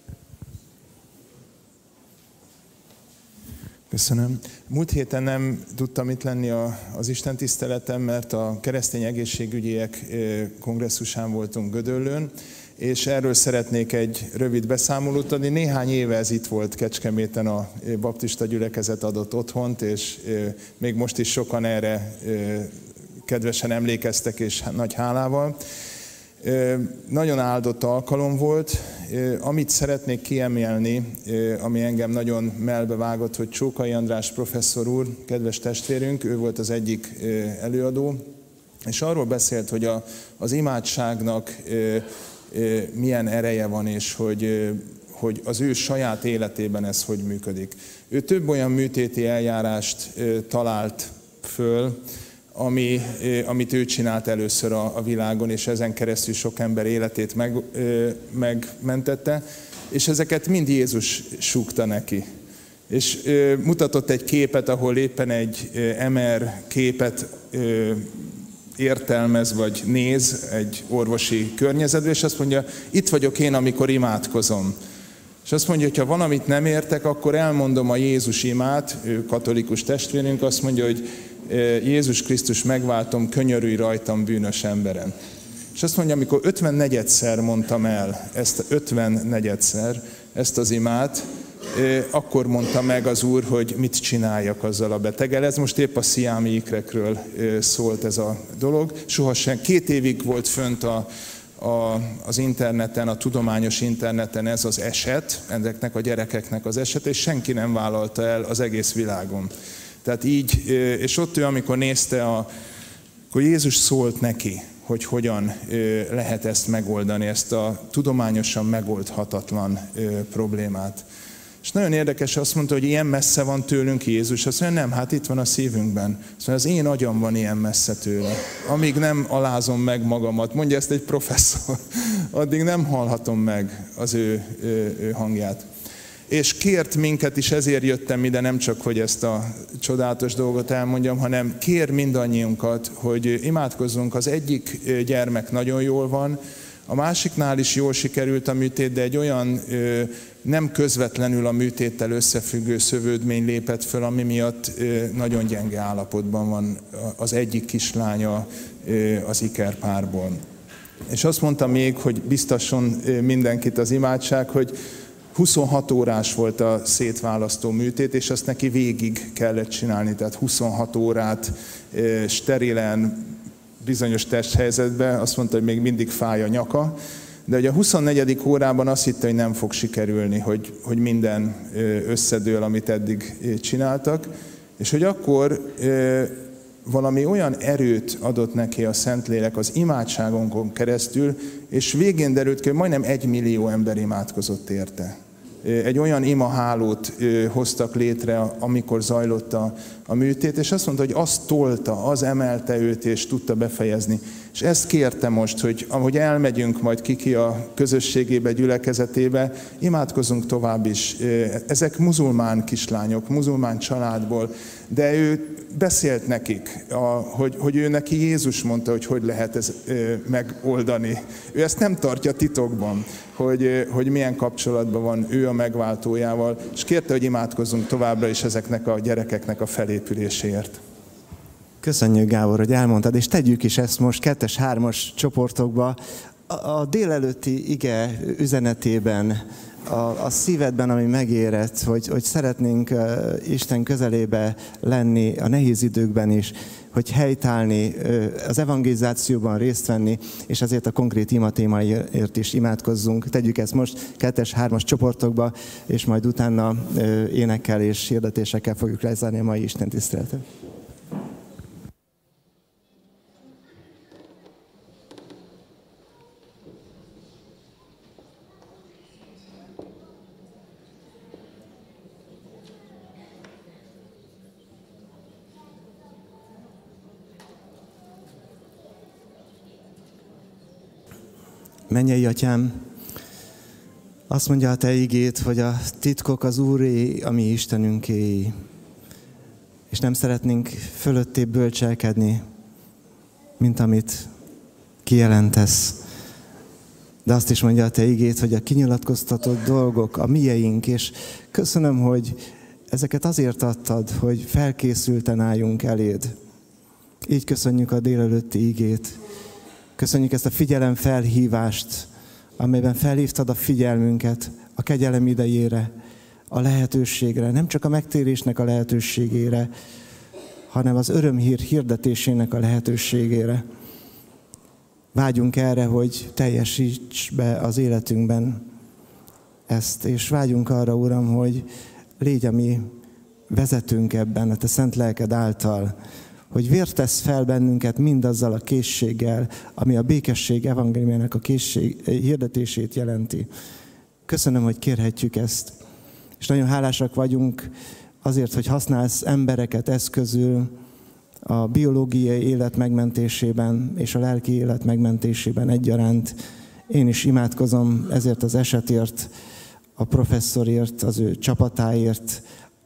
Köszönöm. Múlt héten nem tudtam itt lenni a, az Isten tiszteletem, mert a keresztény egészségügyiek kongresszusán voltunk Gödöllőn, és erről szeretnék egy rövid beszámolót adni. Néhány éve ez itt volt Kecskeméten, a baptista gyülekezet adott otthont, és még most is sokan erre kedvesen emlékeztek, és nagy hálával. Nagyon áldott alkalom volt. Amit szeretnék kiemelni, ami engem nagyon melbevágott, hogy Csókai András professzor úr, kedves testvérünk, ő volt az egyik előadó, és arról beszélt, hogy a, az imádságnak milyen ereje van, és hogy, hogy az ő saját életében ez hogy működik. Ő több olyan műtéti eljárást talált föl, ami, amit ő csinált először a, a világon, és ezen keresztül sok ember életét meg, megmentette, és ezeket mind Jézus súgta neki. És ö, mutatott egy képet, ahol éppen egy ö, em er képet ö, értelmez vagy néz egy orvosi környezetben, és azt mondja, itt vagyok én, amikor imádkozom. És azt mondja, hogy ha van, amit nem értek, akkor elmondom a Jézus imát, ő katolikus testvérünk, azt mondja, hogy Jézus Krisztus megváltom, könyörülj rajtam, bűnös emberen. És azt mondja, amikor ötvennegyedszer mondtam el, ezt ötvennegyedszer, ezt az imát, akkor mondta meg az Úr, hogy mit csináljak azzal a beteggel. Ez most épp a sziámi ikrekről szólt ez a dolog. Sohasem, két évig volt fönt a, a, az interneten, a tudományos interneten ez az eset, ezeknek a gyerekeknek az eset, és senki nem vállalta el az egész világon. Tehát így, és ott ő, amikor nézte, a, akkor Jézus szólt neki, hogy hogyan lehet ezt megoldani, ezt a tudományosan megoldhatatlan problémát. És nagyon érdekes, azt mondta, hogy ilyen messze van tőlünk Jézus. Azt mondja, nem, hát itt van a szívünkben. Azt mondja, az én agyam van ilyen messze tőle. Amíg nem alázom meg magamat, mondja ezt egy professzor, addig nem hallhatom meg az ő, ő, ő hangját. És kért minket is, ezért jöttem ide, nem csak, hogy ezt a csodálatos dolgot elmondjam, hanem kér mindannyiunkat, hogy imádkozzunk. Az egyik gyermek nagyon jól van, a másiknál is jól sikerült a műtét, de egy olyan ö, nem közvetlenül a műtéttel összefüggő szövődmény lépett föl, ami miatt ö, nagyon gyenge állapotban van az egyik kislánya ö, az ikerpárból. És azt mondta még, hogy biztasson mindenkit az imádság, hogy huszonhat órás volt a szétválasztó műtét, és azt neki végig kellett csinálni, tehát huszonhat órát ö, sterilen, bizonyos testhelyzetben, azt mondta, hogy még mindig fáj a nyaka, de hogy a huszonnegyedik órában azt hitte, hogy nem fog sikerülni, hogy, hogy minden összedől, amit eddig csináltak, és hogy akkor valami olyan erőt adott neki a Szentlélek az imádságonkon keresztül, és végén derült ki, hogy majdnem egy millió ember imádkozott érte. Egy olyan imahálót hoztak létre, amikor zajlott a, a műtét, és azt mondta, hogy azt tolta, az emelte őt, és tudta befejezni. És ezt kérte most, hogy ahogy elmegyünk majd kiki a közösségébe, gyülekezetébe, imádkozunk tovább is. Ezek muzulmán kislányok, muzulmán családból, de ő beszélt nekik, a, hogy, hogy ő neki Jézus mondta, hogy hogy lehet ezt megoldani. Ő ezt nem tartja titokban, hogy, hogy milyen kapcsolatban van ő a megváltójával, és kérte, hogy imádkozzunk továbbra is ezeknek a gyerekeknek a felépüléséért. Köszönjük, Gábor, hogy elmondtad, és tegyük is ezt most kettes, hármas csoportokba. A, a délelőtti ige üzenetében, a, a szívedben, ami megérett, hogy, hogy szeretnénk uh, Isten közelébe lenni a nehéz időkben is, hogy helytállni, uh, az evangelizációban részt venni, és azért a konkrét ima témáért is imádkozzunk. Tegyük ezt most kettes, hármas csoportokba, és majd utána uh, énekkel és hirdetésekkel fogjuk lezárni a mai Isten tiszteletet. Mennyei Atyám, azt mondja a Te igéd, hogy a titkok az Úré, a mi Istenünké, és nem szeretnénk fölöttébb bölcselkedni, mint amit kijelentesz. De azt is mondja a Te igéd, hogy a kinyilatkoztatott dolgok a mieink, és köszönöm, hogy ezeket azért adtad, hogy felkészülten álljunk eléd. Így köszönjük a délelőtti igét. Köszönjük ezt a figyelem felhívást, amelyben felhívtad a figyelmünket a kegyelem idejére, a lehetőségre, nem csak a megtérésnek a lehetőségére, hanem az örömhír hirdetésének a lehetőségére. Vágyunk erre, hogy teljesíts be az életünkben ezt, és vágyunk arra, Uram, hogy légy a mi vezetünk ebben, a Te szent lelked által, hogy vértesz fel bennünket mindazzal a készséggel, ami a békesség evangéliumának a készség hirdetését jelenti. Köszönöm, hogy kérhetjük ezt. És nagyon hálásak vagyunk azért, hogy használsz embereket eszközül a biológiai élet megmentésében és a lelki élet megmentésében egyaránt. Én is imádkozom ezért az esetért, a professzorért, az ő csapatáért,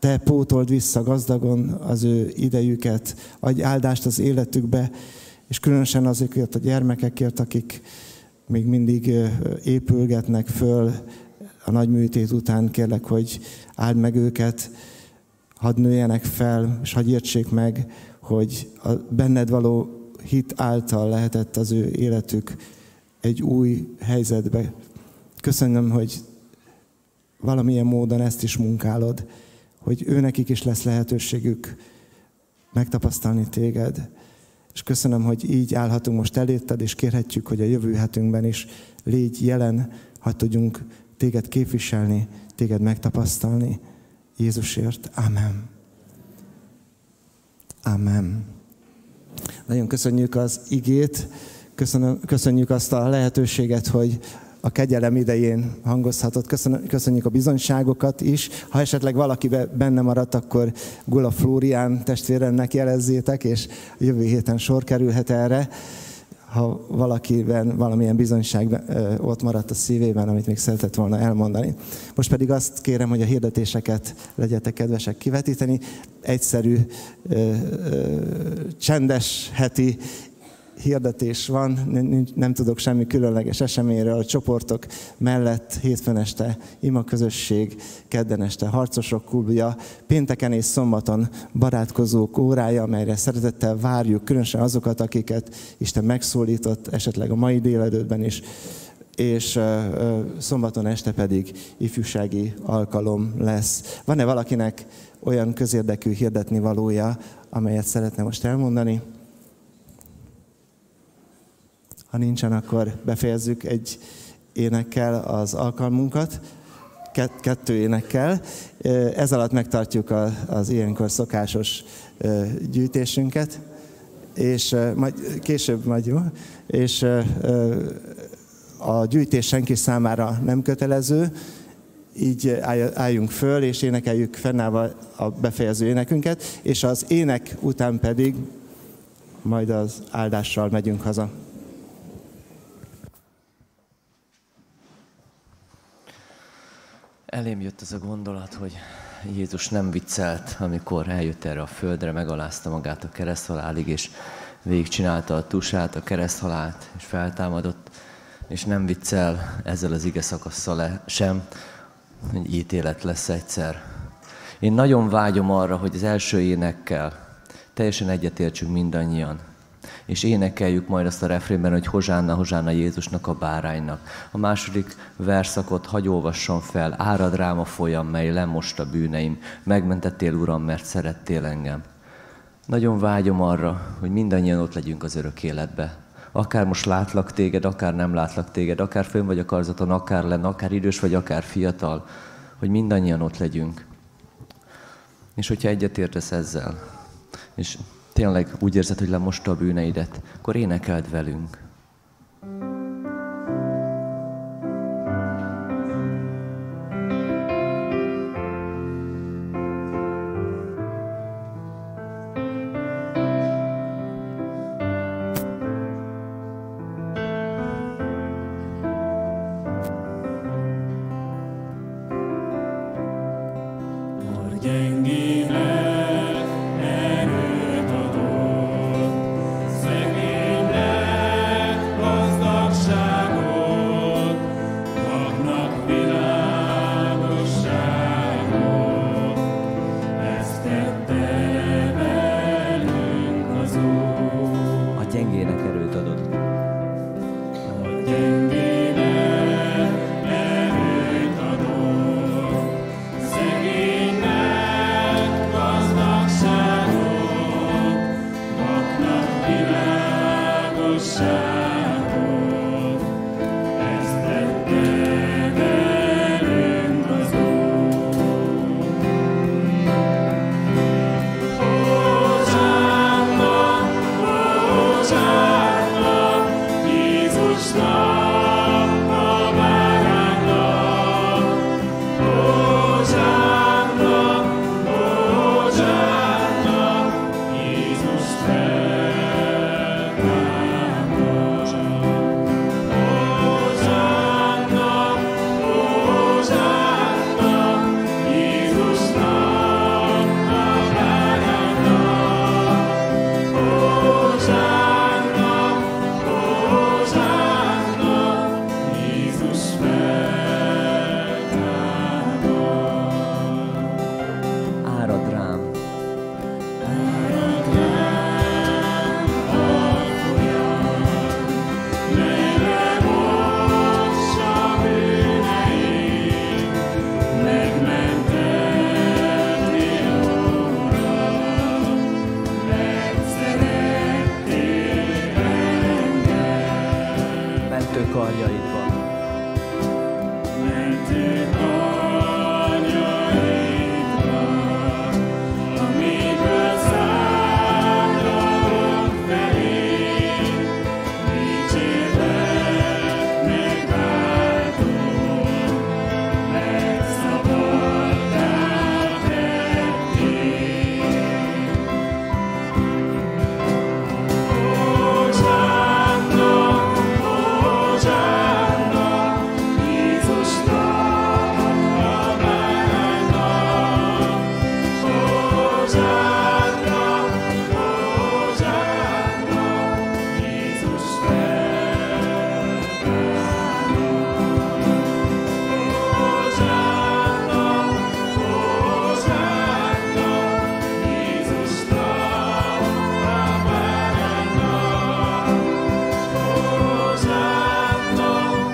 Te pótold vissza gazdagon az ő idejüket, adj áldást az életükbe, és különösen azokért a gyermekekért, akik még mindig épülgetnek föl a nagy műtét után, kérlek, hogy áld meg őket, hadd nőjenek fel, és hadd értsék meg, hogy a benned való hit által lehetett az ő életük egy új helyzetbe. Köszönöm, hogy valamilyen módon ezt is munkálod, hogy őnekik is lesz lehetőségük megtapasztalni téged. És köszönöm, hogy így állhatunk most elétted, és kérhetjük, hogy a jövő hetünkben is légy jelen, ha tudjunk téged képviselni, téged megtapasztalni. Jézusért. Amen. Amen. Nagyon köszönjük az igét, köszönöm, köszönjük azt a lehetőséget, hogy a kegyelem idején hangozhatott. Köszönjük, köszönjük a bizonyságokat is. Ha esetleg valaki benne maradt, akkor Gula Flórián testvéremnek jelezzétek, és jövő héten sor kerülhet erre, ha valakiben valamilyen bizonyság ott maradt a szívében, amit még szeretett volna elmondani. Most pedig azt kérem, hogy a hirdetéseket legyetek kedvesek kivetíteni. Egyszerű, csendes heti hirdetés van, nem tudok semmi különleges eseményről. A csoportok mellett hétfőn este imaközösség, kedden este harcosok klubja, pénteken és szombaton barátkozók órája, amelyre szeretettel várjuk, különösen azokat, akiket Isten megszólított, esetleg a mai délelőttben is, és szombaton este pedig ifjúsági alkalom lesz. Van-e valakinek olyan közérdekű hirdetni valója, amelyet szeretne most elmondani? Ha nincsen, akkor befejezzük egy énekkel az alkalmunkat, Kett, kettő énekkel. Ez alatt megtartjuk az ilyenkor szokásos gyűjtésünket, és majd, később majd jó, és a gyűjtés senki számára nem kötelező, így álljunk föl, és énekeljük fennállva a befejező énekünket, és az ének után pedig majd az áldással megyünk haza. Elém jött ez a gondolat, hogy Jézus nem viccelt, amikor eljött erre a földre, megalázta magát a kereszthalálig, és végigcsinálta a tusát, a kereszthalált, és feltámadott, és nem viccel ezzel az ige szakasszal sem, hogy ítélet lesz egyszer. Én nagyon vágyom arra, hogy az első énekkel teljesen egyetértsünk mindannyian, és énekeljük majd azt a refrénben, hogy Hozsánna, Hozsánna Jézusnak, a báránynak. A második verszakot hagy olvassam fel: árad rám a folyam, mely lemost a bűneim, megmentettél, Uram, mert szerettél engem. Nagyon vágyom arra, hogy mindannyian ott legyünk az örök életbe. Akár most látlak téged, akár nem látlak téged, akár fönn vagy a karzaton, akár lenn, akár idős vagy, akár fiatal, hogy mindannyian ott legyünk. És hogyha egyetértesz ezzel, és tényleg úgy érzed, hogy lemosta a bűneidet, akkor énekeld velünk. Jézus feltámad. mentő karjaidba. Mentő karjaidba, amiből szállok feléd, dicsérlek, megváltom, megszabadtál tettél. Hozsánna, hozsánna, Jézusnak a báránynak. Hozsánna, hozsánna, Jézus feltámad. Hozsánna, hozsánna, Jézusnak a báránynak. Hozsánna,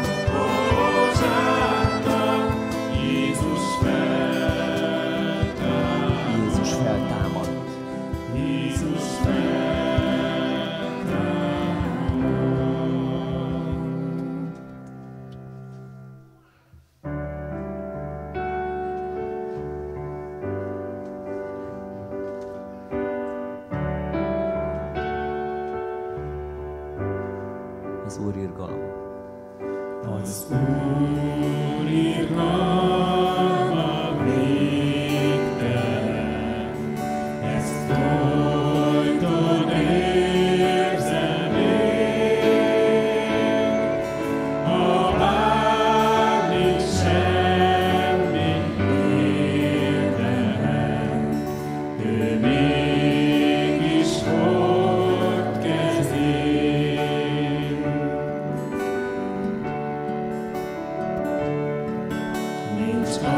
hozsánna, Jézus feltámad. Jézus feltámad. Jézus feltámad. Az Úr irgalom. Az Úr irgalma végtelen, ezt folyton érzem én. Ha bármit semmi érdehem, ő mégis hord kezén. Nincs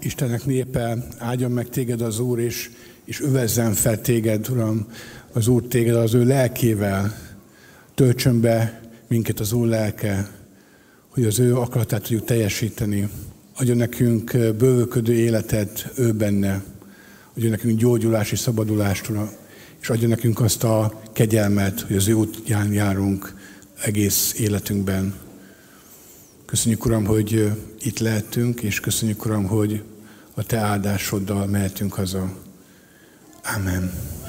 Istennek népe, áldjon meg téged az Úr, és, és övezzen fel téged, Uram, az Úr téged az ő lelkével. Töltsön be minket az Úr lelke, hogy az ő akaratát tudjuk teljesíteni. Adjon nekünk bővölködő életet ő benne. Adjon nekünk gyógyulás és szabadulást, Uram. És adjon nekünk azt a kegyelmet, hogy az ő útján járunk egész életünkben. Köszönjük, Uram, hogy itt lehetünk, és köszönjük, Uram, hogy a Te áldásoddal mehetünk haza. Amen.